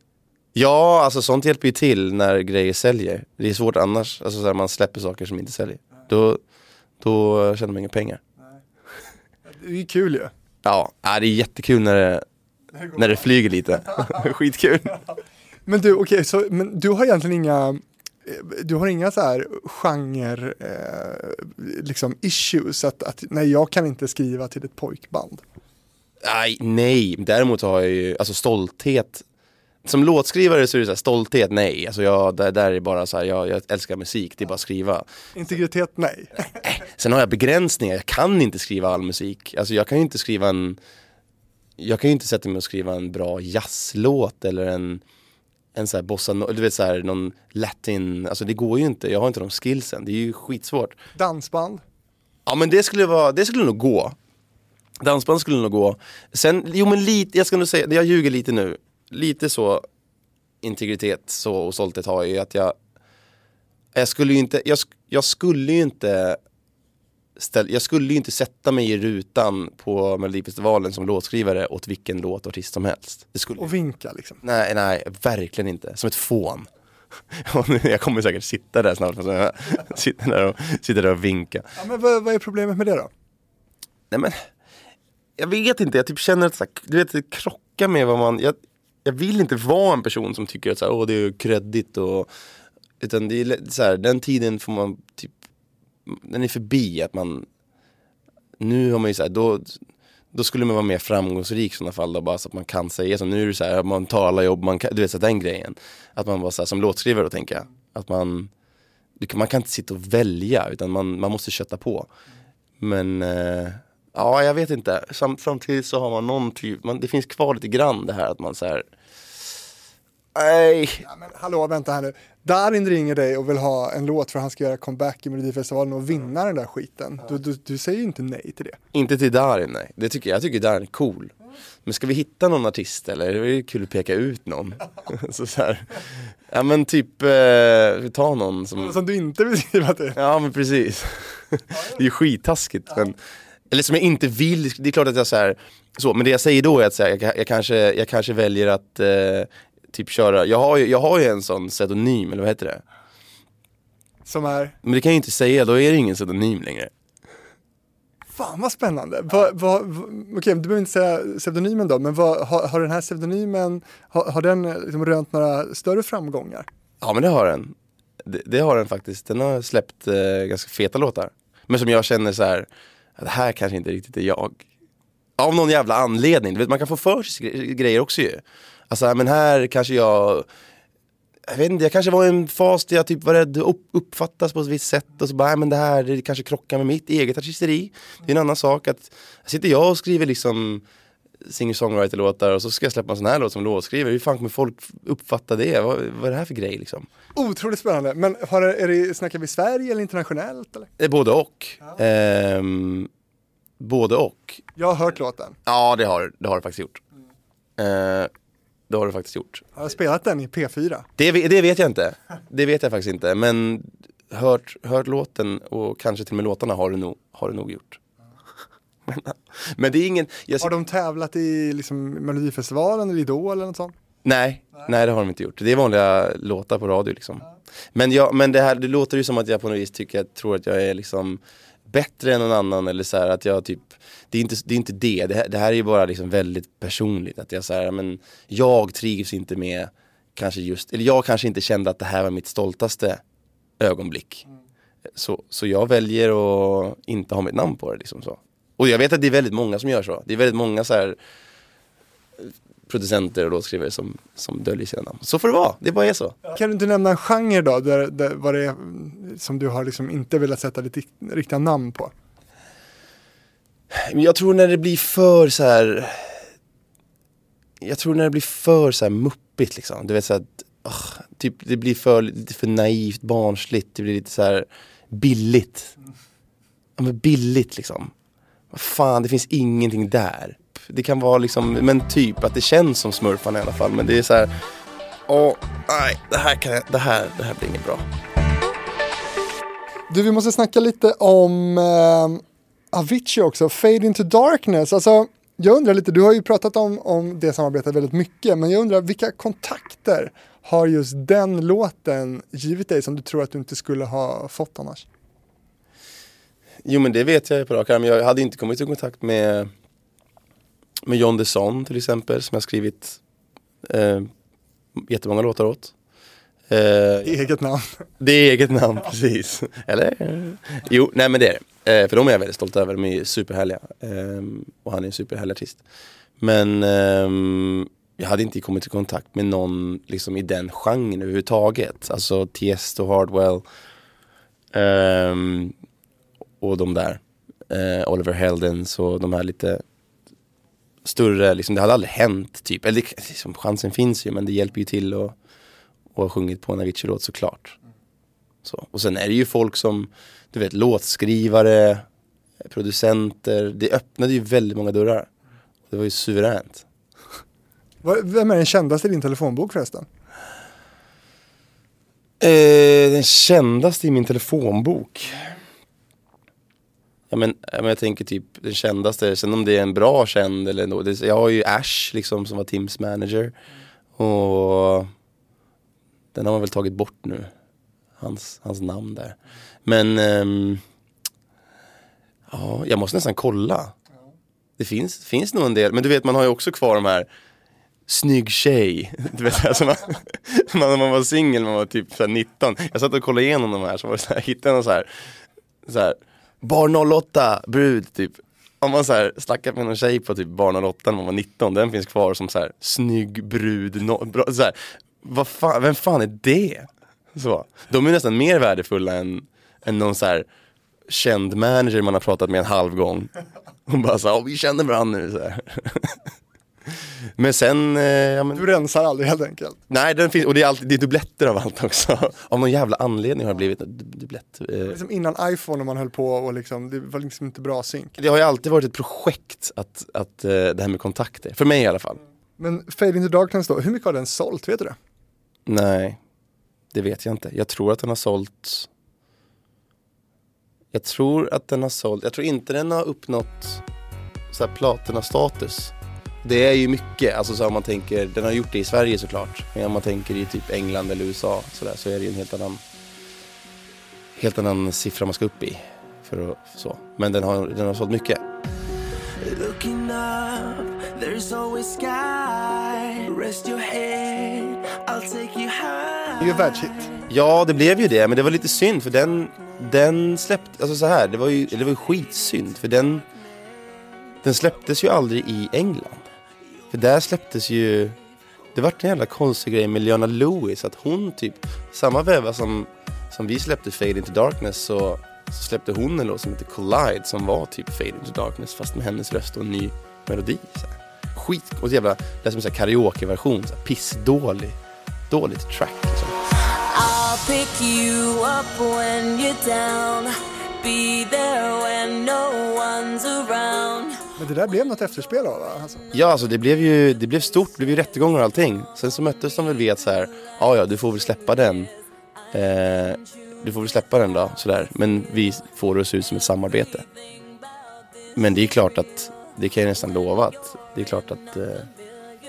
Ja, alltså sånt hjälper ju till när grejer säljer. Det är svårt annars, alltså så här, man släpper saker som inte säljer. Då, då tjänar man inga pengar. Nej. Det är ju kul ju. Ja, det är jättekul när det, det när det flyger lite. Skitkul. Men du, okej, okay, så men du har egentligen inga du har inga så här genre eh, liksom issues att, att nej, jag kan inte skriva till ett pojkband. Nej, nej. Däremot har jag ju alltså stolthet. Som låtskrivare så är det så här, stolthet, nej. Alltså jag, där, där är bara så här, jag, jag älskar musik, det är bara att skriva. Integritet, nej. Sen har jag begränsningar, jag kan inte skriva all musik. Alltså jag kan ju inte skriva en... Jag kan ju inte sätta mig och skriva en bra jazzlåt eller en, en så här bossa, du vet så här, någon latin... Alltså det går ju inte, jag har inte de skillsen, det är ju skitsvårt. Dansband? Ja men det skulle, vara, det skulle nog gå. Dansband skulle nog gå. Sen, jo men lite, jag ska nog säga, jag ljuger lite nu. Lite så integritet så och stolthet har ju att jag jag skulle ju inte jag, jag skulle ju inte ställ, jag skulle ju inte sätta mig i rutan på Melodifestivalen som låtskrivare åt vilken låt artist som helst. Det skulle och vinka liksom. Nej nej, verkligen inte. Som ett fån. Jag kommer säkert sitta där snart så sitter där och sitter där och vinka. Ja, men vad, vad är problemet med det då? Nej men jag vet inte, jag typ känner att du vet det krockar med vad man jag Jag vill inte vara en person som tycker att så här, åh, det är kreddigt och utan det är så här, den tiden får man typ den är förbi att man nu har man ju så här, då då skulle man vara mer framgångsrik i sådana fall då, bara så att man kan säga så nu är det så här man tar alla jobb man kan, du vet så den grejen att man var så här, som låtskrivare då tänker jag att man du kan, man kan inte sitta och välja utan man man måste kötta på. Men eh, ja, jag vet inte. Sam, samtidigt så har man någon typ... Man, det finns kvar lite grann det här att man så här... Nej. Ja, men hallå, vänta här nu. Darin ringer dig och vill ha en låt för att han ska göra comeback i Melodifestivalen och vinna den där skiten. Du, du, du säger ju inte nej till det. Inte till Darin, nej. Det tycker jag. Jag tycker Darin är cool. Men ska vi hitta någon artist eller? Det är ju kul att peka ut någon. så, så här. Ja, men typ... Eh, ta någon som... Som du inte vill skriva till. Ja, men precis. det är ju skittaskigt, men... Eller som jag inte vill, det är klart att jag så här, så, men det jag säger då är att så här, jag, jag, kanske, jag kanske väljer att eh, typ köra, jag har, ju, jag har ju en sån pseudonym, eller vad heter det? Som är? Men det kan jag ju inte säga, då är det ingen pseudonym längre. Fan vad spännande. Va, va, va, okej, du behöver inte säga pseudonymen då, men va, har, har den här pseudonymen, har, har den liksom rönt några större framgångar? Ja men det har den, det, det har den faktiskt, den har släppt eh, ganska feta låtar. Men som jag känner så här, det här kanske inte riktigt är jag. Av någon jävla anledning. Du vet, man kan få för sig grejer också ju. Alltså, men här kanske jag... Jag vet inte, jag kanske var i en fas där jag typ var rädd att uppfattas på ett visst sätt. Och så bara, men det här det kanske krockar med mitt eget artisteri. Det är en annan sak att... Sitter jag och skriver liksom singer-songwriter-låtar och så ska jag släppa en sån här låt som låtskrivare. Hur fan kommer folk uppfatta det? Vad, vad är det här för grej liksom? Otroligt spännande. Men har det, är det, snackar vi Sverige eller internationellt? Eller? Det är både och. Ja. Ehm, både och. Jag har hört låten. Ja, det har, det har det faktiskt gjort. Mm. Ehm, det har det faktiskt gjort. Har jag spelat den i P fyra? Det, det vet jag inte. Det vet jag faktiskt inte. Men hört, hört låten och kanske till och med låtarna har du nog, har du nog gjort. Men det är ingen... Jag... Har de tävlat i liksom Melodifestivalen eller Idol eller något sånt? Nej, nej det har de inte gjort. Det är vanliga låtar på radio liksom. Men, jag, men det här, det låter ju som att jag på något vis tycker, jag tror att jag är liksom bättre än någon annan, eller så här att jag typ, det är inte det, är inte det. Det, här, det här är ju bara liksom väldigt personligt, att jag så här, men jag trivs inte med kanske just, eller jag kanske inte kände att det här var mitt stoltaste ögonblick. Mm. Så, så jag väljer att inte ha mitt namn på det liksom så. Och jag vet att det är väldigt många som gör så. Det är väldigt många så här producenter och låtskrivare som, som döljer sina namn. Så får det vara, det bara är så. Kan du inte nämna en genre då, där, där, vad det är som du har liksom inte velat sätta ditt riktiga namn på? Jag tror när det blir för så här, jag tror när det blir för så här muppigt liksom. Du vet så att oh, typ det blir för lite för naivt, barnsligt, det blir lite så här billigt. Ja, men billigt liksom. Vad fan, det finns ingenting där. Det kan vara liksom, men typ att det känns som Smurfarna i alla fall, men det är så här, åh, nej, det här kan jag, det här det här blir inget bra. Du, vi måste snacka lite om eh, Avicii också, Fade Into Darkness. Alltså, jag undrar lite, du har ju pratat om, om det samarbetet väldigt mycket, men jag undrar vilka kontakter har just den låten givit dig som du tror att du inte skulle ha fått annars? Jo, men det vet jag på rak arm. Jag hade inte kommit i kontakt med med John Desson till exempel, som jag skrivit eh, jättemånga låtar åt. Eh, eget namn. Det är eget namn, precis. Eller? Jo, nej men det är det. Eh, för de är jag väldigt stolt över. De är superhärliga. Eh, och han är en superhärlig artist. Men eh, jag hade inte kommit i kontakt med någon liksom i den genren överhuvudtaget. Alltså Tiesto, Hardwell eh, och de där. Eh, Oliver Heldens och de här lite större, liksom, det hade aldrig hänt typ, eller liksom, chansen finns ju, men det hjälper ju till att ha sjungit på en Avicii-låt såklart. Så. Och sen är det ju folk som, du vet, låtskrivare, producenter, det öppnade ju väldigt många dörrar. Det var ju suveränt. Vem är den kändaste i din telefonbok förresten? Eh, den kändaste i min telefonbok? Ja, men, men jag tänker typ den kändaste, sen om det är en bra känd eller något. Jag har ju Ash liksom som var Tims manager. Och den har man väl tagit bort nu. Hans, hans namn där. Men um, ja, jag måste nästan kolla. Det finns, finns nog en del. Men du vet, man har ju också kvar de här snygg tjej. Du vet, alltså man, man, man var singel, man var typ så här nitton. Jag satt och kollade igenom de här, så var det så här, hittade någon så här, så här bar noll åtta, brud typ. Om man så här snackar med någon tjej på typ bar noll åtta när man var nitton, den finns kvar som så här snygg brud, no, bra, så här, vad fan, vem fan är det? Så. De är nästan mer värdefulla än, än någon så här känd manager man har pratat med en halv gång. Hon bara så här, vi känner varandra nu så här. Men sen... Eh, ja, men, du rensar aldrig helt enkelt. Nej, den finns, och det är, alltid, det är dubbletter av allt också. Av någon jävla anledning har det blivit dubblett. Eh. Liksom innan iPhone när man höll på och liksom, det var liksom inte bra synk. Det har ju alltid varit ett projekt att, att eh, det här med kontakter. För mig i alla fall. Men Fade Into Darkness då, hur mycket har den sålt, vet du det? Nej, det vet jag inte. Jag tror att den har sålt... Jag tror att den har sålt... Jag tror inte den har uppnått så här platina-status. Det är ju mycket, alltså så om man tänker, den har gjort det i Sverige såklart. Men om man tänker i typ England eller U S A så, där, så är det ju en helt annan helt annan siffra man ska upp i för att, så. Men den har, den har sålt mycket. Looking up, there's always sky. Rest your head, I'll take you high. Det är ju världshit. Ja, det blev ju det, men det var lite synd för den den släppte, alltså så här, det var ju det var ju skitsynd för den den släpptes ju aldrig i England. För där släpptes ju, det var en jävla konstig grej med Leona Lewis, att hon typ, samma veva som, som vi släppte Fade Into Darkness, så, så släppte hon en låt som heter Collide som var typ Fade Into Darkness fast med hennes röst och en ny melodi. Så här. Skit, och jävla, det är som en karaoke-version, så här, pissdålig, dåligt track liksom. I'll pick you up when you're down, be there when no one's around. Men det där blev något efterspel av, va? Alltså. Ja, alltså det blev ju det blev stort, det blev ju rättegångar och allting. Sen så möttes de väl vid att så här, ja ja, du får väl släppa den. Eh, du får väl släppa den då, sådär. Men vi får det att se ut som ett samarbete. Men det är klart att, det kan jag nästan lova att, det är klart att eh,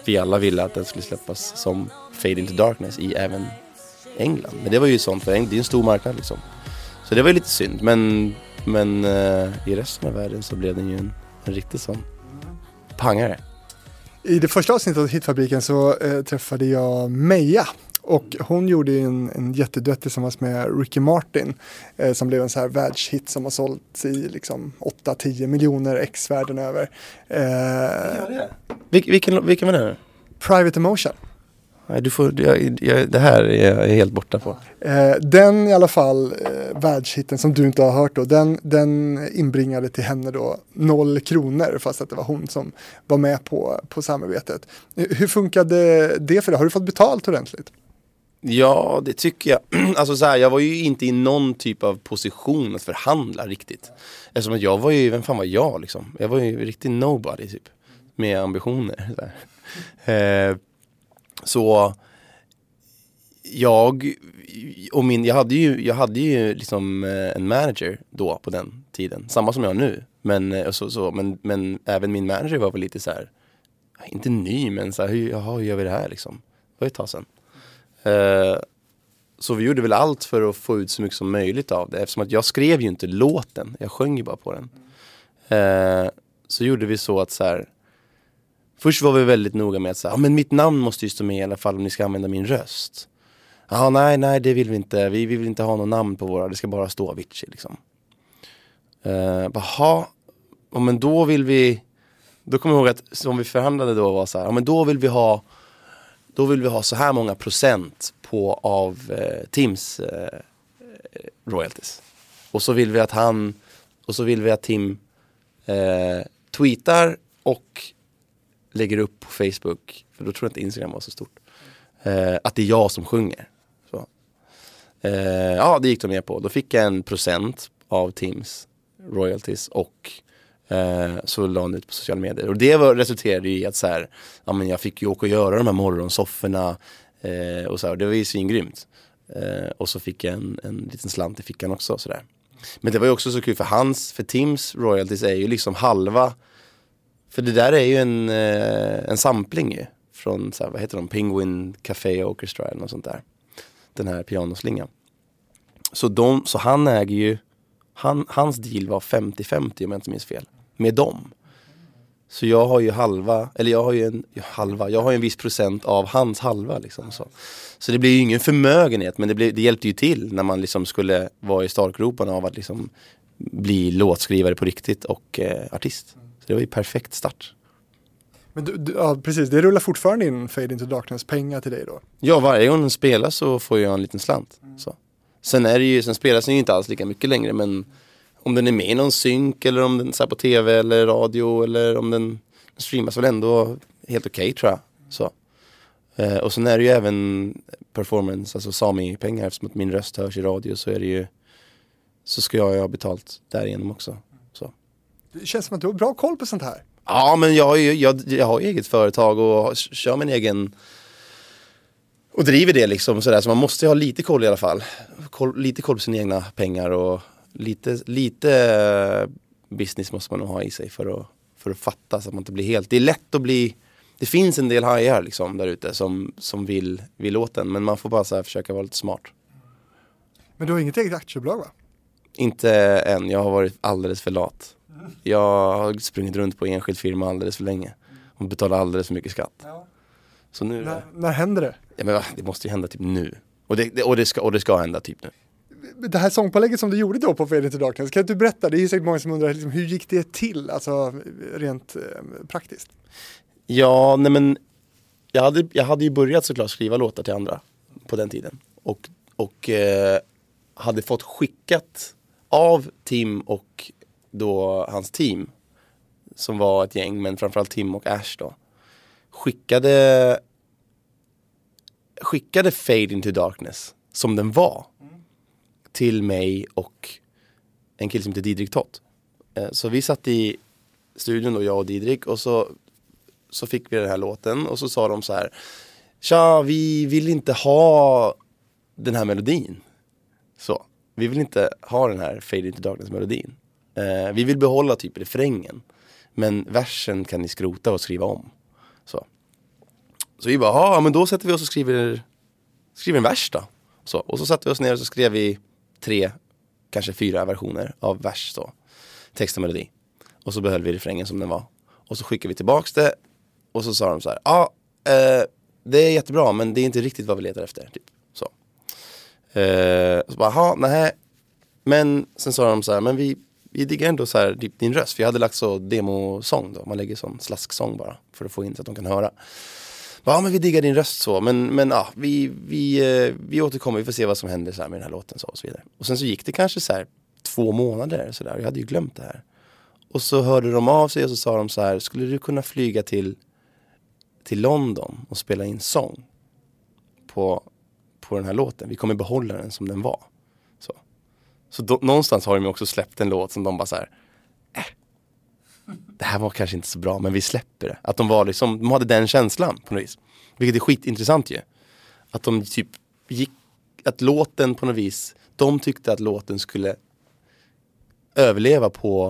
vi alla ville att den skulle släppas som Fade Into Darkness i även England. Men det var ju sånt, för det är en stor marknad liksom. Så det var ju lite synd, men, men uh, i resten av världen så blev den ju en, en riktig sån pangare. I det första avsnittet av Hitfabriken så eh, träffade jag Meja. Och hon gjorde en, en jätteduett tillsammans med Ricky Martin eh, som blev en så här världshit som har sålts i liksom åtta till tio miljoner ex världen över. Eh, ja, det. Vil, vilken, vilken var det? Private Emotion. Nej, du får, jag, jag, det här är jag helt borta på. Eh, den i alla fall, eh, världshitten som du inte har hört då, den, den inbringade till henne då noll kronor fast att det var hon som var med på, på samarbetet. Hur funkade det för dig? Har du fått betalt ordentligt? Ja, det tycker jag. Alltså så här, jag var ju inte i någon typ av position att förhandla riktigt. Eftersom att jag var ju, vem fan var jag liksom? Jag var ju riktigt nobody typ. Med ambitioner. Så, eh, så jag och min, jag hade ju, jag hade ju liksom en manager då på den tiden. Samma som jag nu. Men, så, så, men, men även min manager var väl lite så här, inte ny men så här, hur, jaha, hur gör vi det här liksom? Det var ett tag sedan. Uh, så vi gjorde väl allt för att få ut så mycket som möjligt av det. Eftersom att jag skrev ju inte låten. Jag sjöng ju bara på den. Uh, så gjorde vi så att så här, först var vi väldigt noga med att säga, ja men mitt namn måste ju stå med i alla fall om ni ska använda min röst. Ja nej nej det vill vi inte. Vi, vi vill inte ha någon namn på våra. Det ska bara stå Avicii liksom. Uh, Jaha. Ja, men då vill vi. Då kommer jag ihåg att som vi förhandlade då var så här, ja men då vill vi ha. Då vill vi ha så här många procent på av eh, Tims eh, royalties. Och så vill vi att han och så vill vi att Tim eh, tweetar och lägger upp på Facebook, för då tror jag inte Instagram var så stort. Eh, att det är jag som sjunger. Så. Eh, ja, det gick de med på. Då fick jag en procent av Tims royalties och Eh, så la han ut på sociala medier. Och det var, resulterade i att så här, ja, men jag fick ju åka och göra de här morgonsofferna eh, och så här, och det var ju svingrymt. Eh, och så fick jag en, en liten slant i fickan också. Så där. Men det var ju också så kul för hans, för Tims royalties är ju liksom halva, för det där är ju en, eh, en sampling ju, från så här, vad heter de, Penguin Café Orchestra eller något sånt där. Den här pianoslingan. Så, de, så han äger ju, han, hans deal var femtio femtio om jag inte minns fel. Med dem. Så jag har ju halva, eller jag har ju en halva, jag har ju en viss procent av hans halva liksom så. Så det blir ju ingen förmögenhet, men det, blev, det hjälpte ju till när man liksom skulle vara i startgroparna av att liksom bli låtskrivare på riktigt och eh, artist. Så det var ju perfekt start. Men du, du, ja, precis, det rullar fortfarande in Fade Into Darkness pengar till dig då? Ja, varje gång den spelas så får jag en liten slant. Mm. Så. Sen är det ju, sen spelas den ju inte alls lika mycket längre, men om den är med i någon synk eller om den är på tv eller radio eller om den streamas väl ändå helt okej okay, tror jag. Så. Eh, och sen är det ju även performance, alltså Sami-pengar, eftersom att min röst hörs i radio så är det ju, så ska jag ju ha betalt därigenom också. Så. Det känns som att du har bra koll på sånt här. Ja, men jag har ju jag, jag har eget företag och kör min egen och driver det liksom sådär, så man måste ha lite koll i alla fall. Koll, lite koll på sina egna pengar och lite, lite business måste man nog ha i sig för att, för att fatta så att man inte blir helt. Det är lätt att bli, det finns en del hajar liksom där ute som, som vill, vill åt den, men man får bara så här försöka vara lite smart. Men du har inget eget aktiebolag va? Inte än, jag har varit alldeles för lat. Jag har sprungit runt på enskild firma alldeles för länge och betalar alldeles för mycket skatt. Ja. Så nu, när, när händer det? Ja, men det måste ju hända typ nu. Och det, det, och det, ska, och det ska hända typ nu. Det här sångpålägget som du gjorde då på Fade Into Darkness, kan du berätta? Det är ju säkert många som undrar, liksom, hur gick det till, alltså rent eh, praktiskt? Ja, nej men jag hade, jag hade ju börjat såklart skriva låtar till andra på den tiden. Och, och eh, hade fått skickat av Tim och då hans team, som var ett gäng, men framförallt Tim och Ash då, skickade skickade Fade Into Darkness som den var till mig och en kille som heter Didrik Tott. Så vi satt i studion då, jag och Didrik, och så, så fick vi den här låten och så sa de så här: tja, vi vill inte ha den här melodin. Så, vi vill inte ha den här Fade Into Darkness-melodin. Eh, vi vill behålla typ refrängen, men versen kan ni skrota och skriva om. Så. Så vi bara, ja men då sätter vi oss och skriver, skriver en vers då. Så, och så satte vi oss ner och så skrev vi tre, kanske fyra versioner av vers så. Text och melodi. Och så behöll vi refrängen som den var. Och så skickade vi tillbaks det. Och så sa de så här, ja eh, det är jättebra men det är inte riktigt vad vi letar efter. Typ. Så. Eh, så bara, ja nej. Men sen sa de så här, men vi, vi diggar ändå så här din röst. För jag hade lagt så demosång då. Man lägger sån slasksång bara för att få in så att de kan höra. Ja men vi diggar din röst så. Men, men ja, vi, vi, vi återkommer. Vi får se vad som händer så här med den här låten så och så vidare. Och sen så gick det kanske så här två månader så där. Jag hade ju glömt det här. Och så hörde de av sig och så sa de så här, skulle du kunna flyga till, till London och spela in sång på, på den här låten? Vi kommer behålla den som den var. Så, så då, någonstans har de också släppt en låt som de bara så här, äh, det här var kanske inte så bra men vi släpper det. Att de var liksom, de hade den känslan på något vis. Vilket är skitintressant ju. Att de typ gick, att låten på något vis, de tyckte att låten skulle överleva på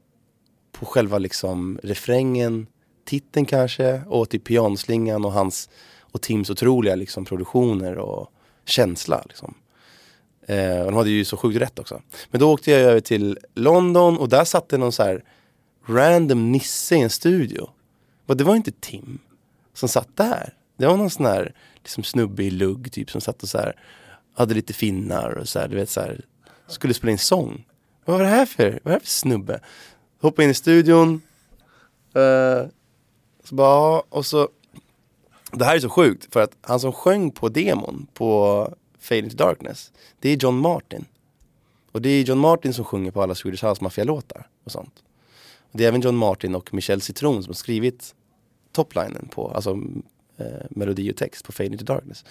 på själva liksom refrängen, titeln kanske och typ pianoslingan och hans och Tims otroliga liksom produktioner och känsla liksom. Eh, och de hade ju så sjukt rätt också. Men då åkte jag över till London och där satt det någon så här random nisse i en studio. Och det var inte Tim som satt där. Det var någon sån här liksom snubbe i lugg typ som satt och så här hade lite finnar och så här, du vet så här, skulle spela in sång. Vad var det här för? Vad var det här för snubbe? Hoppa in i studion. Uh, så bara, och så det här är så sjukt för att han som sjöng på demon på Fade into Darkness, det är John Martin. Och det är John Martin som sjunger på alla Swedish House Mafia-låtar och sånt. Och det är även John Martin och Michel Citron som har skrivit toplinen på, alltså eh, melodi och text på Fade into Darkness.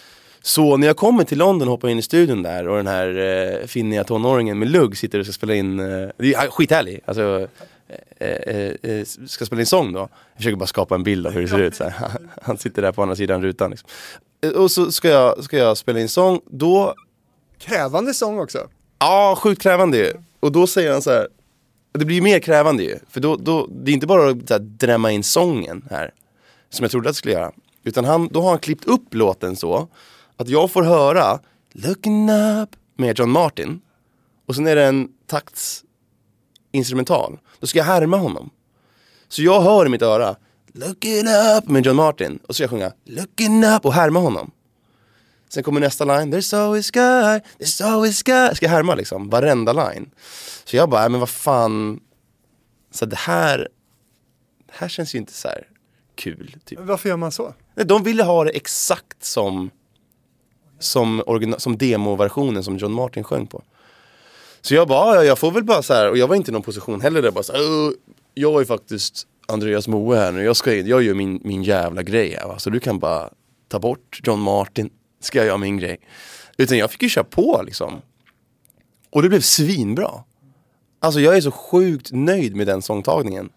Så när jag kommer till London och hoppar in i studion där och den här eh, finniga tonåringen med lugg sitter och ska spela in, eh, det är skithärlig, alltså eh, eh, eh, ska spela in sång då. Jag försöker bara skapa en bild av hur det ser ut så här. Han sitter där på andra sidan rutan liksom. Och så ska jag, ska jag spela in sång, då... Krävande sång också. Ja, sjukt krävande ju. Och då säger han så här, det blir ju mer krävande ju. För då, då, det är inte bara att så här, drämma in sången här, som jag trodde att jag skulle göra. Utan han, då har han klippt upp låten så att jag får höra Looking Up med John Martin. Och sen är det en takts instrumental. Då ska jag härma honom. Så jag hör i mitt öra Looking Up med John Martin. Och så ska jag sjunga Looking Up och härma honom. Sen kommer nästa line, There's always sky, there's always sky. Jag ska härma liksom, varenda line. Så jag bara, men vad fan. Så det här Det här känns ju inte så här kul typ. Varför gör man så? De ville ha det exakt som Som, origina- som demoversionen som John Martin sjöng på. Så jag bara, ja, jag får väl bara så här. Och jag var inte i någon position heller där bara så här, jag är faktiskt Andreas Moe här nu. Jag, ska, jag gör min, min jävla grej här, va? Så du kan bara ta bort John Martin. Ska jag göra min grej. Utan jag fick ju köra på liksom. Och det blev svinbra. Alltså jag är så sjukt nöjd med den sångtagningen.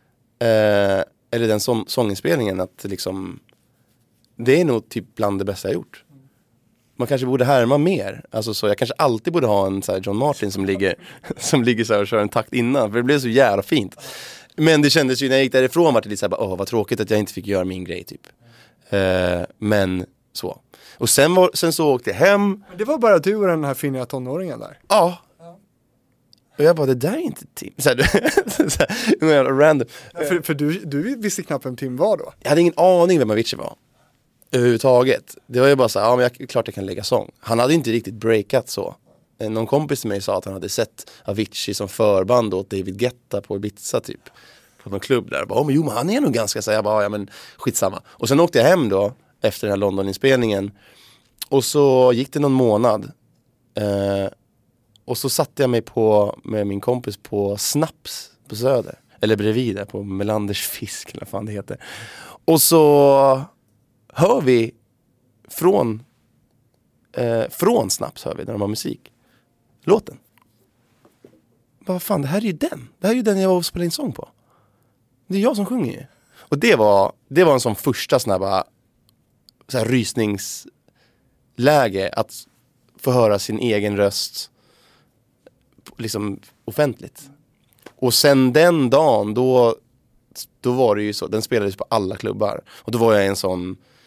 Eh, eller den så- sånginspelningen att liksom, det är nog typ bland det bästa jag gjort. Man kanske borde härma mer. Alltså så, jag kanske alltid borde ha en så här John Martin som ligger, som ligger så här och kör en takt innan. För det blev så jävla fint. Men det kändes ju när jag gick därifrån var det lite så här, åh vad tråkigt att jag inte fick göra min grej typ. Eh, men så. Och sen, var, sen så åkte jag hem. Men det var bara du och den här finniga tonåringen där. Ja. Och jag bara, det där är inte Tim. Så här, så här, random. För, för du, du visste knappt vem Tim var då. Jag hade ingen aning vem Avicii var. Överhuvudtaget. Det var ju bara så här, ja men jag, klart jag kan lägga sång. Han hade inte riktigt breakat så. Någon kompis till mig sa att han hade sett Avicii som förband åt David Guetta på Ibiza typ. På någon klubb där. Bara, oh, men jo men han är nog ganska så här, jag bara, ja men skitsamma. Och sen åkte jag hem då efter den här London-inspelningen. Och så gick det någon månad. Eh, och så satte jag mig på med min kompis på Snaps på Söder. Eller bredvid där på Melanders fisk eller vad fan det heter. Och så hör vi från eh, från Snaps hör vi när de har musik. Låten. Vad fan, det här är ju den. Det här är ju den jag var och spelade in sång på. Det är jag som sjunger ju. Och det var, det var en sån första snabba så här rysningsläge att få höra sin egen röst liksom offentligt. Och sen den dagen då, då var det ju så, den spelades på alla klubbar. Och då var jag en sån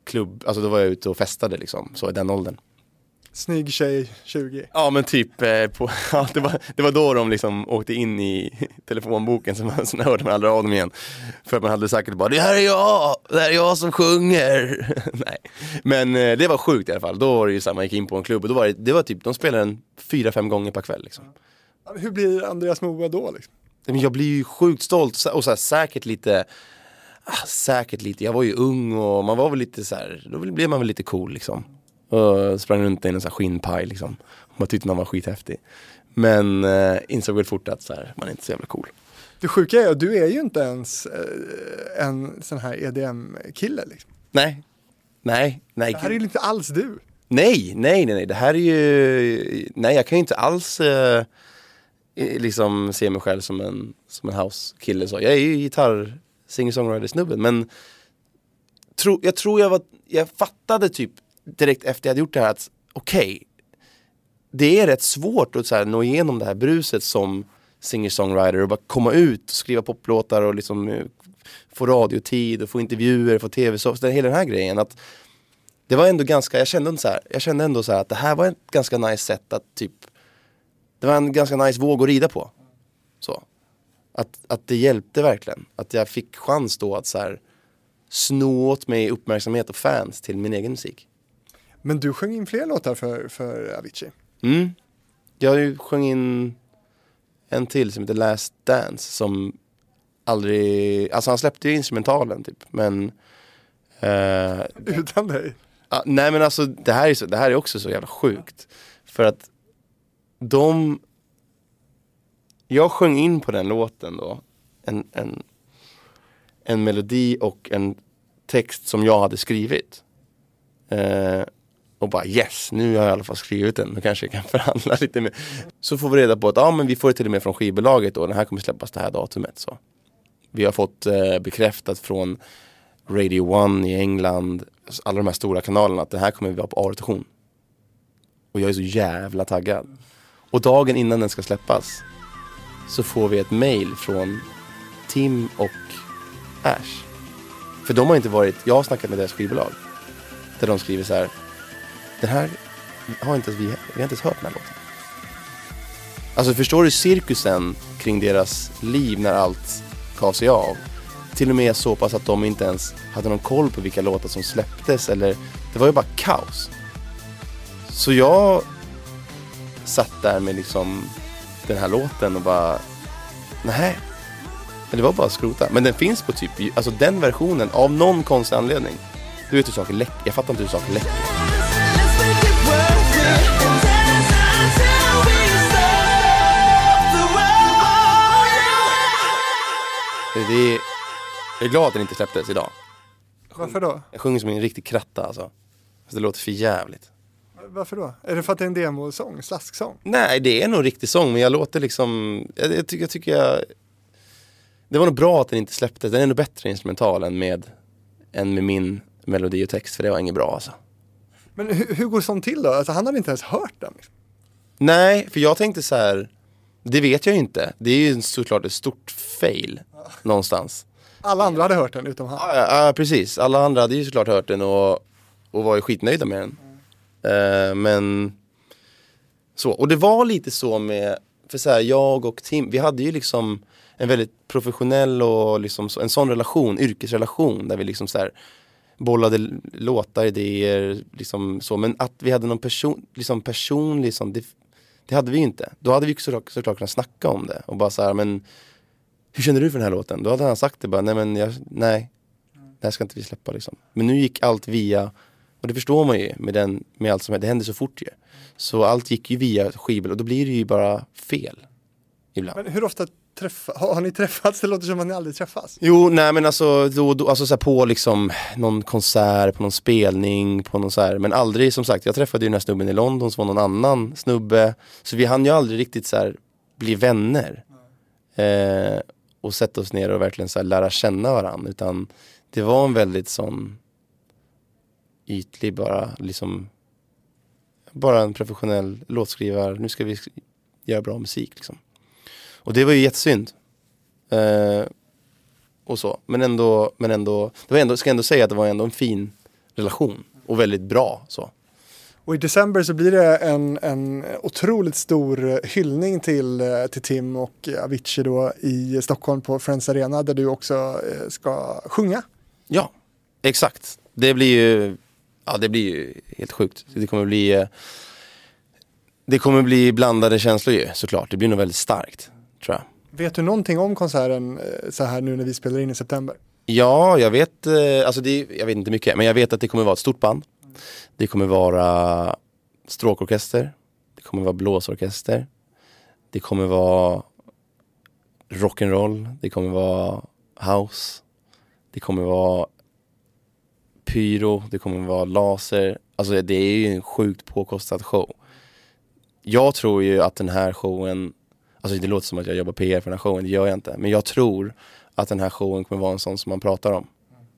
klubb, alltså då var jag ute och festade liksom, så i den åldern. Snygg tjej, tjugo. Ja men typ, eh, på, ja, det, var, det var då de liksom åkte in i telefonboken, så man, så hörde man aldrig av dem igen. För att man hade säkert bara, det här är jag, det här är jag som sjunger. Nej, men eh, det var sjukt i alla fall. Då var det ju så här, man gick in på en klubb och då var det, det var typ, de spelade en fyra, fem gånger per kväll liksom. Hur blir Andreas Moberg då liksom? Men jag blir ju sjukt stolt och så här, säkert lite, ah, säkert lite, jag var ju ung och man var väl lite så här, då blev man väl lite cool liksom. Och sprang runt i en sån här skinnpaj liksom. Man tyckte man var skithäftig. Men eh, insåg väl fort att så här, man är inte så jävla cool. Det sjuka är att du är ju inte ens eh, en sån här E D M-kille liksom. Nej, nej, nej. Det här är ju inte alls du. Nej, nej, nej, nej. Det här är ju, nej jag kan ju inte alls eh, liksom se mig själv som en, som en house-kille. Så. Jag är ju gitarr, singer-songwriter-snubben. Men tro, jag tror jag var, jag fattade typ direkt efter jag hade gjort det här att okej, okay, det är rätt svårt att så här, nå igenom det här bruset som singer-songwriter och bara komma ut och skriva poplåtar och liksom uh, få radiotid och få intervjuer, få tv, så hela den här grejen att det var ändå ganska, jag kände ändå så här, jag kände ändå så här att det här var ett ganska nice sätt att typ, det var en ganska nice våg att rida på. Så. Att, att det hjälpte verkligen. Att jag fick chans då att så här sno åt mig uppmärksamhet och fans till min egen musik. Men du sjöng in fler låtar för, för Avicii. Mm. Jag sjöng in en till som heter Last Dance som aldrig, alltså han släppte ju instrumentalen typ, men uh, utan dig? Uh, nej men alltså det här, är så, det här är också så jävla sjukt. För att de, jag sjöng in på den låten då en, en, en melodi och en text som jag hade skrivit. Uh, Och bara yes, nu har jag i alla fall skrivit den. Nu kanske jag kan förhandla lite mer. Så får vi reda på att ja, men vi får det till och med från skivbolaget och den här kommer släppas det här datumet. Så. Vi har fått eh, bekräftat från Radio One i England, alla de här stora kanalerna, att det här kommer vi vara på A-rotation. Och jag är så jävla taggad. Och dagen innan den ska släppas så får vi ett mail från Tim och Ash. För de har inte varit, jag har snackat med deras skivbolag. Där de skriver så här: den här har inte vi, vi har inte ens hört den här låten. Alltså förstår du cirkusen kring deras liv när allt gav sig av? Till och med så pass att de inte ens hade någon koll på vilka låtar som släpptes. Eller, det var ju bara kaos. Så jag satt där med liksom den här låten och bara nej, det var bara skrota. Men den finns på typ, alltså den versionen av någon konstig anledning. Du vet hur saker läcker, jag fattar inte hur saker läcker. Det är, jag är glad att den inte släpptes idag. Varför då? Jag sjunger som en riktig kratta alltså. Det låter för jävligt. Varför då? Är det för att det är en demosång, slasksång? Nej, det är nog en riktig sång, men jag låter liksom, jag, jag, tycker, jag tycker jag, det var nog bra att den inte släpptes. Den är nog bättre instrumental än med, än med min melodi och text, för det var inget bra alltså. Men hur, hur går sånt till då? Alltså han hade inte ens hört den. Nej, för jag tänkte så här, det vet jag ju inte. Det är ju såklart ett stort fail någonstans. Alla andra hade hört den utom han. Ja, ja, precis. Alla andra hade ju såklart hört den och, och var ju skitnöjda med den. Mm. Uh, men så, och det var lite så med, för så här, jag och Tim, vi hade ju liksom en väldigt professionell och liksom så, en sån relation, yrkesrelation, där vi liksom så här bollade låtar, idéer, liksom så, men att vi hade någon person, liksom person, liksom, det, det hade vi ju inte. Då hade vi såklart, såklart kunnat snacka om det och bara så här, men hur känner du för den här låten? Då hade han sagt det bara, nej men jag, nej, det här ska inte vi släppa liksom. Men nu gick allt via, och det förstår man ju med, den, med allt som hände, det hände så fort ju. Så allt gick ju via skivbolag och då blir det ju bara fel ibland. Men hur ofta träffa, har, har ni träffats? Det låter som att ni aldrig träffas. Jo, nej men alltså, då, då, alltså så här på liksom någon konsert, på någon spelning, på någon så här, men aldrig, som sagt, jag träffade ju den här snubben i London som var någon annan snubbe, så vi hann ju aldrig riktigt så här bli vänner. Eh, och sätta oss ner och verkligen så här lära känna varandra, utan det var en väldigt sån ytlig bara liksom, bara en professionell låtskrivare, nu ska vi göra bra musik liksom. Och det var ju jättesynd. Eh, och så, men ändå men ändå det var ändå ska ändå säga att det var ändå en fin relation och väldigt bra så. Och i december så blir det en, en otroligt stor hyllning till, till Tim och Avicii då i Stockholm på Friends Arena där du också ska sjunga. Ja, exakt. Det blir ju, ja, det blir ju helt sjukt. Det kommer bli, det kommer bli blandade känslor ju, såklart. Det blir nog väldigt starkt, tror jag. Vet du någonting om konserten så här nu när vi spelar in i september? Ja, jag vet, alltså det, jag vet inte mycket, men jag vet att det kommer vara ett stort band. Det kommer vara stråkorkester, det kommer vara blåsorkester, det kommer vara rock'n'roll, det kommer vara house, det kommer vara pyro, det kommer vara laser. Alltså det är ju en sjukt påkostad show. Jag tror ju att den här showen, alltså det låter som att jag jobbar P R för den här showen, det gör jag inte. Men jag tror att den här showen kommer vara en sån som man pratar om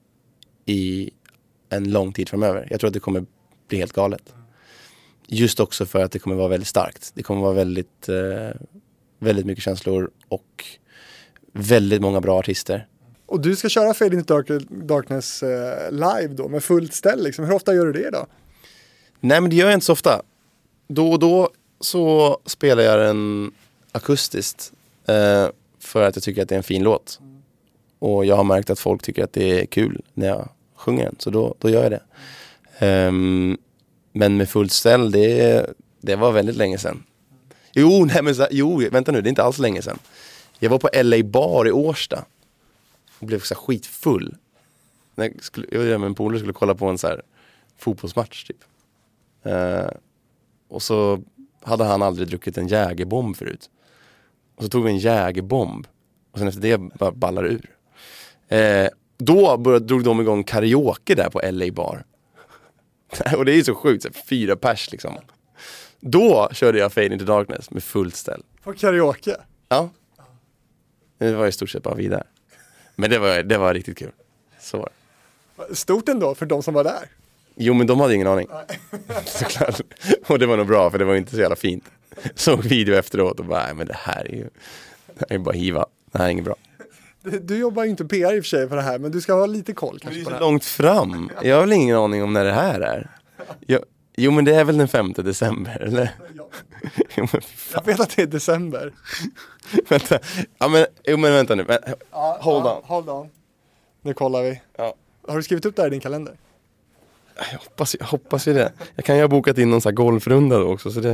i en lång tid framöver. Jag tror att det kommer bli helt galet. Just också för att det kommer vara väldigt starkt. Det kommer vara väldigt, eh, väldigt mycket känslor och väldigt många bra artister. Och du ska köra Fade into Dark- Darkness eh, live då med fullt ställ liksom. Hur ofta gör du det då? Nej, men det gör jag inte så ofta. Då och då så spelar jag den akustiskt eh, för att jag tycker att det är en fin låt. Och jag har märkt att folk tycker att det är kul när jag sjunger den. Så då, då gör jag det. Um, men med fullt ställ, det, det var väldigt länge sedan. Jo, nej men så, jo, vänta nu, det är inte alls länge sedan. Jag var på L A Bar i Årsta. Och blev så skitfull. Jag, skulle, jag med en polare skulle kolla på en så här fotbollsmatch typ. Uh, och så hade han aldrig druckit en jägerbomb förut. Och så tog vi en jägerbomb. Och sen efter det bara ballar ur. Uh, då började, drog de igång karaoke där på L A Bar. Och det är ju så sjukt, så fyra pers liksom. Då körde jag Fade into Darkness med fullt ställ. På karaoke? Ja. Det var i stort sett bara vi där. Men det var, det var riktigt kul. Så var det. Stort ändå för de som var där. Jo, men de hade ingen aning. Såklart. Och det var nog bra, för det var inte så jävla fint. Såg video efteråt och bara, nej men det här är ju det här är bara hiva. Det här är inget bra. Du, du jobbar ju inte P R i och för sig för det här, men du ska ha lite koll kanske det är på så det här. långt fram. Jag har väl ingen aning om när det här är. Jag, jo, men det är väl den femte december, eller? Ja. Jo, men Jag vet att det är december. vänta. Ja, men, jo, men vänta nu. Men, Ja, hold ja, on. Hold on. Nu kollar vi. Ja. Har du skrivit upp det här i din kalender? Jag hoppas, jag hoppas ju det. Jag kan ju ha bokat in någon sån här golfrunda då också. Så det,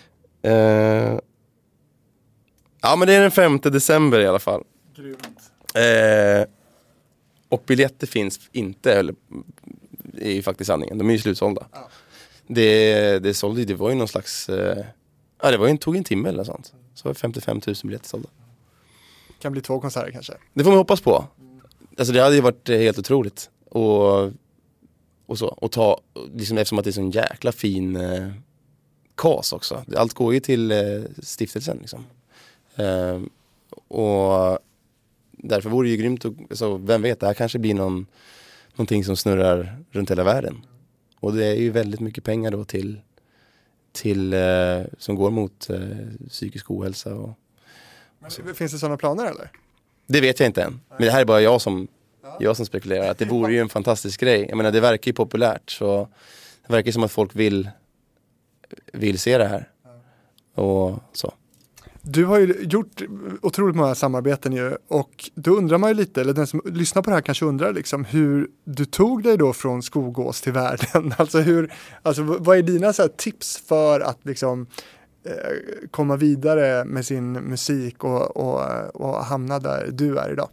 eh, ja, men det är den femte december i alla fall. Grymt. Eh, och biljetter finns inte, eller är ju faktiskt sanningen. De är ju slutsålda. Ja. Det, det sålde, det var ju någon slags, eh, ja, det var ju en, tog en timme eller sånt. Så var det femtiofem tusen biljetter sålda. Kan bli två konserter kanske. Det får man hoppas på. Alltså det hade ju varit helt otroligt. Och, och så. Och ta, liksom eftersom att det är så en jäkla fin eh, kas också. Allt går ju till eh, stiftelsen liksom. Eh, och därför vore det ju grymt. Och, så, vem vet, det här kanske blir någon, någonting som snurrar runt hela världen. Och det är ju väldigt mycket pengar då till, till eh, som går mot eh, psykisk ohälsa. Och, Men, finns det sådana planer eller? det vet jag inte än. Men det här är bara jag som, jag som spekulerar. Att det vore ju en fantastisk grej. Jag menar, det verkar ju populärt. Så det verkar som att folk vill, vill se det här. Och så. Du har ju gjort otroligt många samarbeten ju, och då undrar man ju lite, eller den som lyssnar på det här kanske undrar liksom, hur du tog dig då från Skogås till världen. Alltså, hur, alltså vad är dina så här tips för att liksom eh, komma vidare med sin musik och, och, och hamna där du är idag?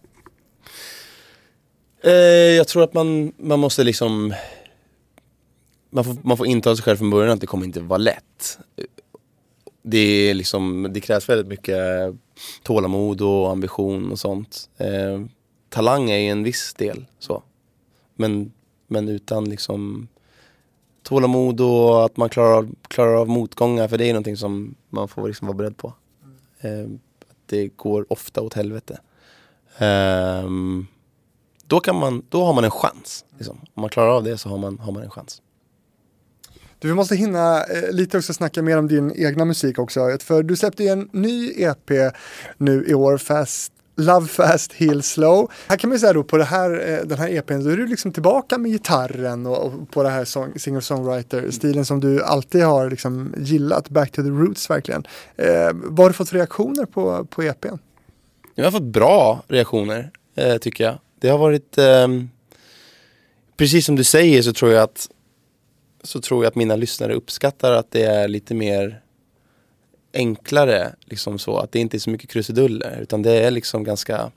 Eh, jag tror att man, man måste liksom, man får, man får intala sig själv från början att det kommer inte vara lätt. Det är liksom, det krävs väldigt mycket tålamod och ambition och sånt. Eh, talang är ju en viss del så. Men, men utan liksom tålamod och att man klarar av, klarar av motgångar, för det är någonting som man får liksom vara beredd på. Eh, det går ofta åt helvete. Eh, då kan man, då har man en chans. Liksom. Om man klarar av det så har man, har man en chans. Du, vi måste hinna eh, lite också snacka mer om din egna musik också. För du släppte en ny E P nu i år, Fast Love Fast, Heal Slow. Här kan man säga då på det här, den här E P:n, då är du liksom tillbaka med gitarren och, och på det här song, singer-songwriter-stilen som du alltid har liksom gillat, back to the roots verkligen. Eh, vad har du fått för reaktioner på, på E P:n? Jag har fått bra reaktioner, eh, tycker jag. Det har varit, eh, precis som du säger så tror jag att så tror jag att mina lyssnare uppskattar att det är lite mer enklare, liksom så, att det inte är så mycket krusiduller, utan det är liksom ganska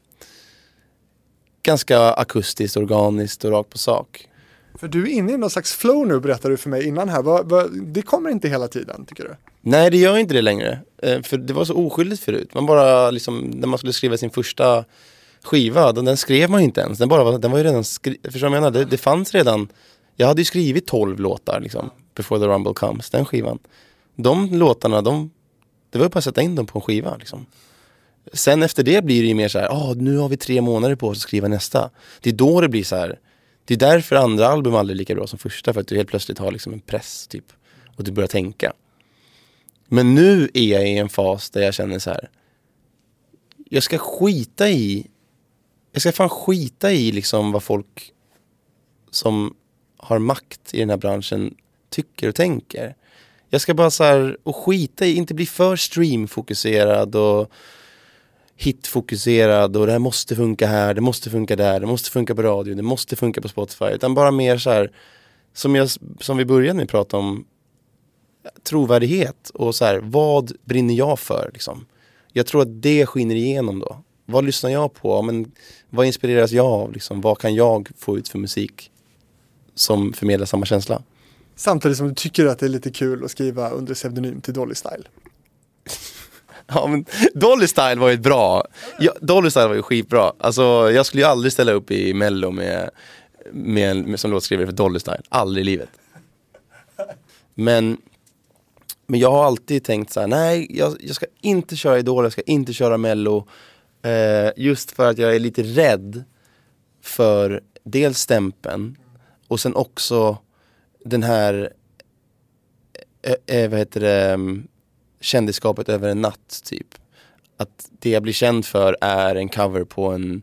ganska akustiskt, organiskt och rakt på sak. För du är inne i någon slags flow nu, berättade du för mig innan här. Va, va, det kommer inte hela tiden, tycker du? Nej, det gör inte det längre. Eh, för det var så oskyldigt förut. Man bara liksom, när man skulle skriva sin första skiva, den, den skrev man ju inte ens. Den, bara, den var ju redan skriven. Förstår du vad jag menar? Det, det fanns redan. Jag hade ju skrivit tolv låtar liksom, Before the Rumble Comes, den skivan. De låtarna, de, det var ju bara att sätta in dem på en skiva liksom. Sen efter det blir det ju mer så här, ah, nu har vi tre månader på oss att skriva nästa. Det är då det blir så här. Det är därför andra album aldrig är lika bra som första, för att du helt plötsligt har liksom en press typ, och du börjar tänka. Men nu är jag i en fas där jag känner så här, jag ska skita i jag ska fan skita i liksom vad folk som har makt i den här branschen tycker och tänker. Jag ska bara så här, och skita i, inte bli för streamfokuserad och hitfokuserad och det här måste funka här, det måste funka där, det måste funka på radio, det måste funka på Spotify, utan bara mer så här som, jag, som vi började med att prata om, trovärdighet och så här, vad brinner jag för liksom. Jag tror att det skiner igenom då. Vad lyssnar jag på? Men vad inspireras jag av liksom? Vad kan jag få ut för musik som förmedlar samma känsla? Samtidigt som du tycker att det är lite kul att skriva under pseudonym till Dolly Style. Ja, men Dolly Style var ju bra. Ja, Dolly Style var ju skitbra. Alltså, jag skulle ju aldrig ställa upp i Mello med, med, med som låtskrivare för Dolly Style. Aldrig i livet. Men, men jag har alltid tänkt så här, nej, jag, jag ska inte köra Idol, jag ska inte köra Mello. Eh, just för att jag är lite rädd för dels stämpen och sen också den här eh, eh, vad heter det, kändisskapet över en natt typ. Att det jag blir känd för är en cover på en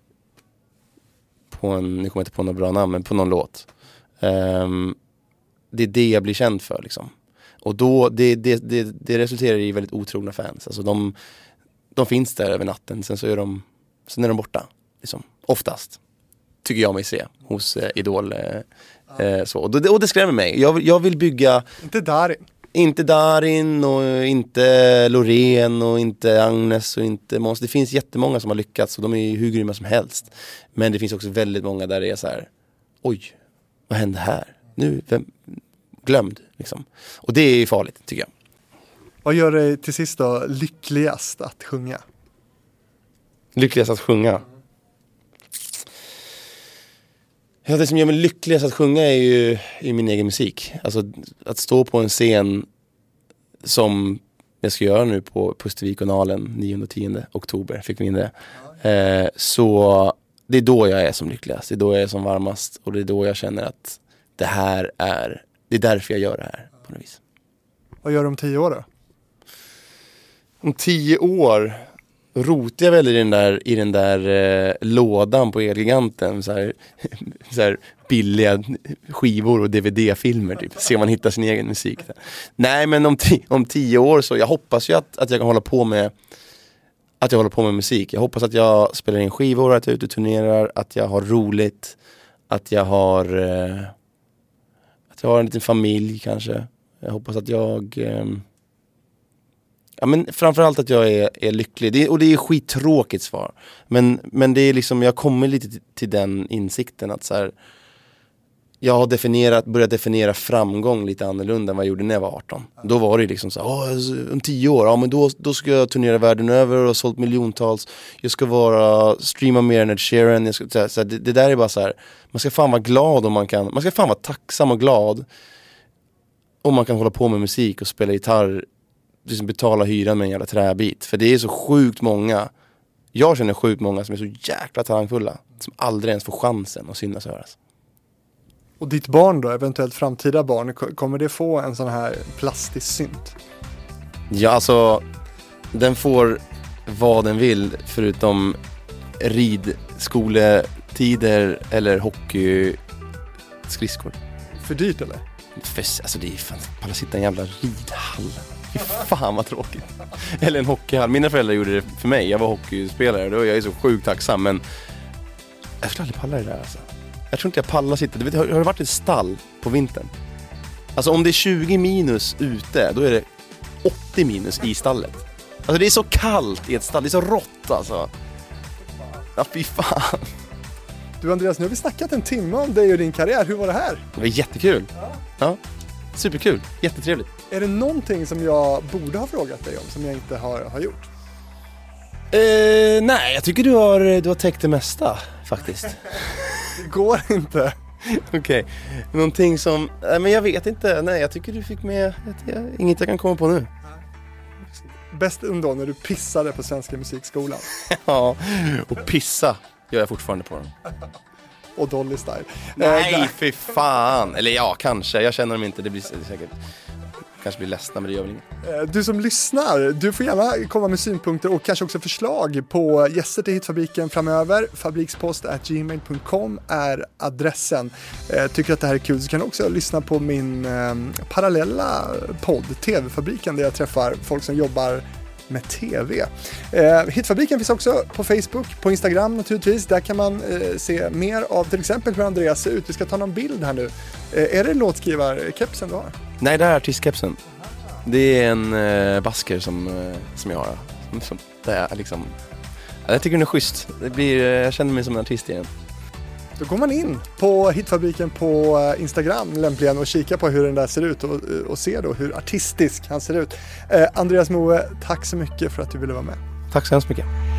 på en, nu kommer jag inte på något bra namn, men på någon låt. Um, det är det jag blir känd för liksom. Och då, det, det, det, det resulterar i väldigt otrogna fans. Alltså de, de finns där över natten, sen så är de, sen är de borta liksom. Oftast, tycker jag mig se hos eh, Idol eh, eh, så. Och det, och det skrämmer mig. Jag, jag vill bygga... Inte Darin. Inte Darin och inte Loreen och inte Agnes och inte Måns. Det finns jättemånga som har lyckats och de är ju hur grymma som helst. Men det finns också väldigt många där det är så här, oj, vad hände här? Nu, vem, glömd liksom. Och det är farligt, tycker jag. Vad gör dig till sist då lyckligast att sjunga? Lyckligast att sjunga? Ja, det som gör mig lyckligast att sjunga är ju i min egen musik. Alltså att stå på en scen som jag ska göra nu på Pustervikonalen nionde och tionde oktober, fick vi in det. Eh, så det är då jag är som lyckligast, det är då jag är som varmast och det är då jag känner att det här är, det är därför jag gör det här på något vis. Vad gör du om tio år då? Om tio år rotar jag väl i den där, i den där eh, lådan på Elgiganten, så här, så här billiga skivor och D V D-filmer typ. Se om man hittar sin egen musik där. Nej, men om, t- om tio år så, jag hoppas ju att, att jag kan hålla på med att jag håller på med musik. Jag hoppas att jag spelar in skivor, att jag är ute och turnerar, att jag har roligt, att jag har eh, att jag har en liten familj kanske. Jag hoppas att jag eh, ja, men framförallt att jag är, är lycklig. Det, och det är skittråkigt svar. Men, men det är liksom, jag kommer lite till, till den insikten att så här, jag har definierat, börjat definiera framgång lite annorlunda än vad jag gjorde när jag var arton. Då var det liksom så här, om tio år, ja men då, då ska jag turnera världen över och ha sålt miljontals. Jag ska vara, streama mer än Ed Sheeran. Jag ska, så här, så här, det, det där är bara så här, man ska fan vara glad om man kan, man ska fan vara tacksam och glad om man kan hålla på med musik och spela gitarr, liksom betala hyran med en jävla träbit. För det är så sjukt många, jag känner sjukt många som är så jäkla talangfulla, som aldrig ens får chansen att synas och höras. Och ditt barn då, eventuellt framtida barn, kommer det få en sån här plastisk synt? Ja, alltså den får vad den vill förutom ridskolettider eller hockeyskridskor. För dyrt eller? För, alltså det är fan, bara sitta i en jävla ridhall. Fy fan vad tråkigt. Eller en hockeyhall. Mina föräldrar gjorde det för mig. Jag var hockeyspelare och jag är så sjukt tacksam. Men jag skulle aldrig palla det där alltså. Jag tror inte jag pallar sitta. Du vet, har det varit ett stall på vintern? Alltså om det är tjugo minus ute, då är det åttio minus i stallet. Alltså det är så kallt i ett stall. Det är så rått alltså. Ja fy fan. Du Andreas, nu har vi snackat en timme om dig och din karriär. Hur var det här? Det var jättekul. Ja. Ja. Superkul. Jättetrevligt. Är det någonting som jag borde ha frågat dig om som jag inte har, har gjort? Eh, nej, jag tycker du har, du har täckt det mesta faktiskt. Det går inte. Okej. Okay. Någonting som... Nej, men jag vet inte. Nej, jag tycker du fick med... Jag, inget jag kan komma på nu. Bäst ändå när du pissade på Svenska musikskolan. Ja, och pissa gör jag fortfarande på dem. Och Dolly Style. Nej, äh, fy fan. Eller ja, kanske. Jag känner dem inte. Det blir säkert... Kanske blir ledsna, men det gör väl inget. Du som lyssnar, du får gärna komma med synpunkter och kanske också förslag på gäster till Hitfabriken framöver. fabrikspost at gmail dot com är adressen. Tycker att det här är kul så kan du också lyssna på min eh, parallella podd, T V-fabriken, där jag träffar folk som jobbar med tv. Eh, Hitfabriken finns också på Facebook, på Instagram naturligtvis. Där kan man eh, se mer av till exempel hur Andreas ser ut. Vi ska ta någon bild här nu. Eh, är det låtskrivarkepsen du har? Nej, det här är artistkepsen. Det är en eh, basker som, eh, som jag har. Som, som, det är liksom... Jag tycker den är schysst. Det blir, eh, jag känner mig som en artist igen. Då går man in på Hitfabriken på Instagram lämpligen och kikar på hur den där ser ut och, och ser då hur artistisk han ser ut. Eh, Andreas Moe, tack så mycket för att du ville vara med. Tack så hemskt mycket.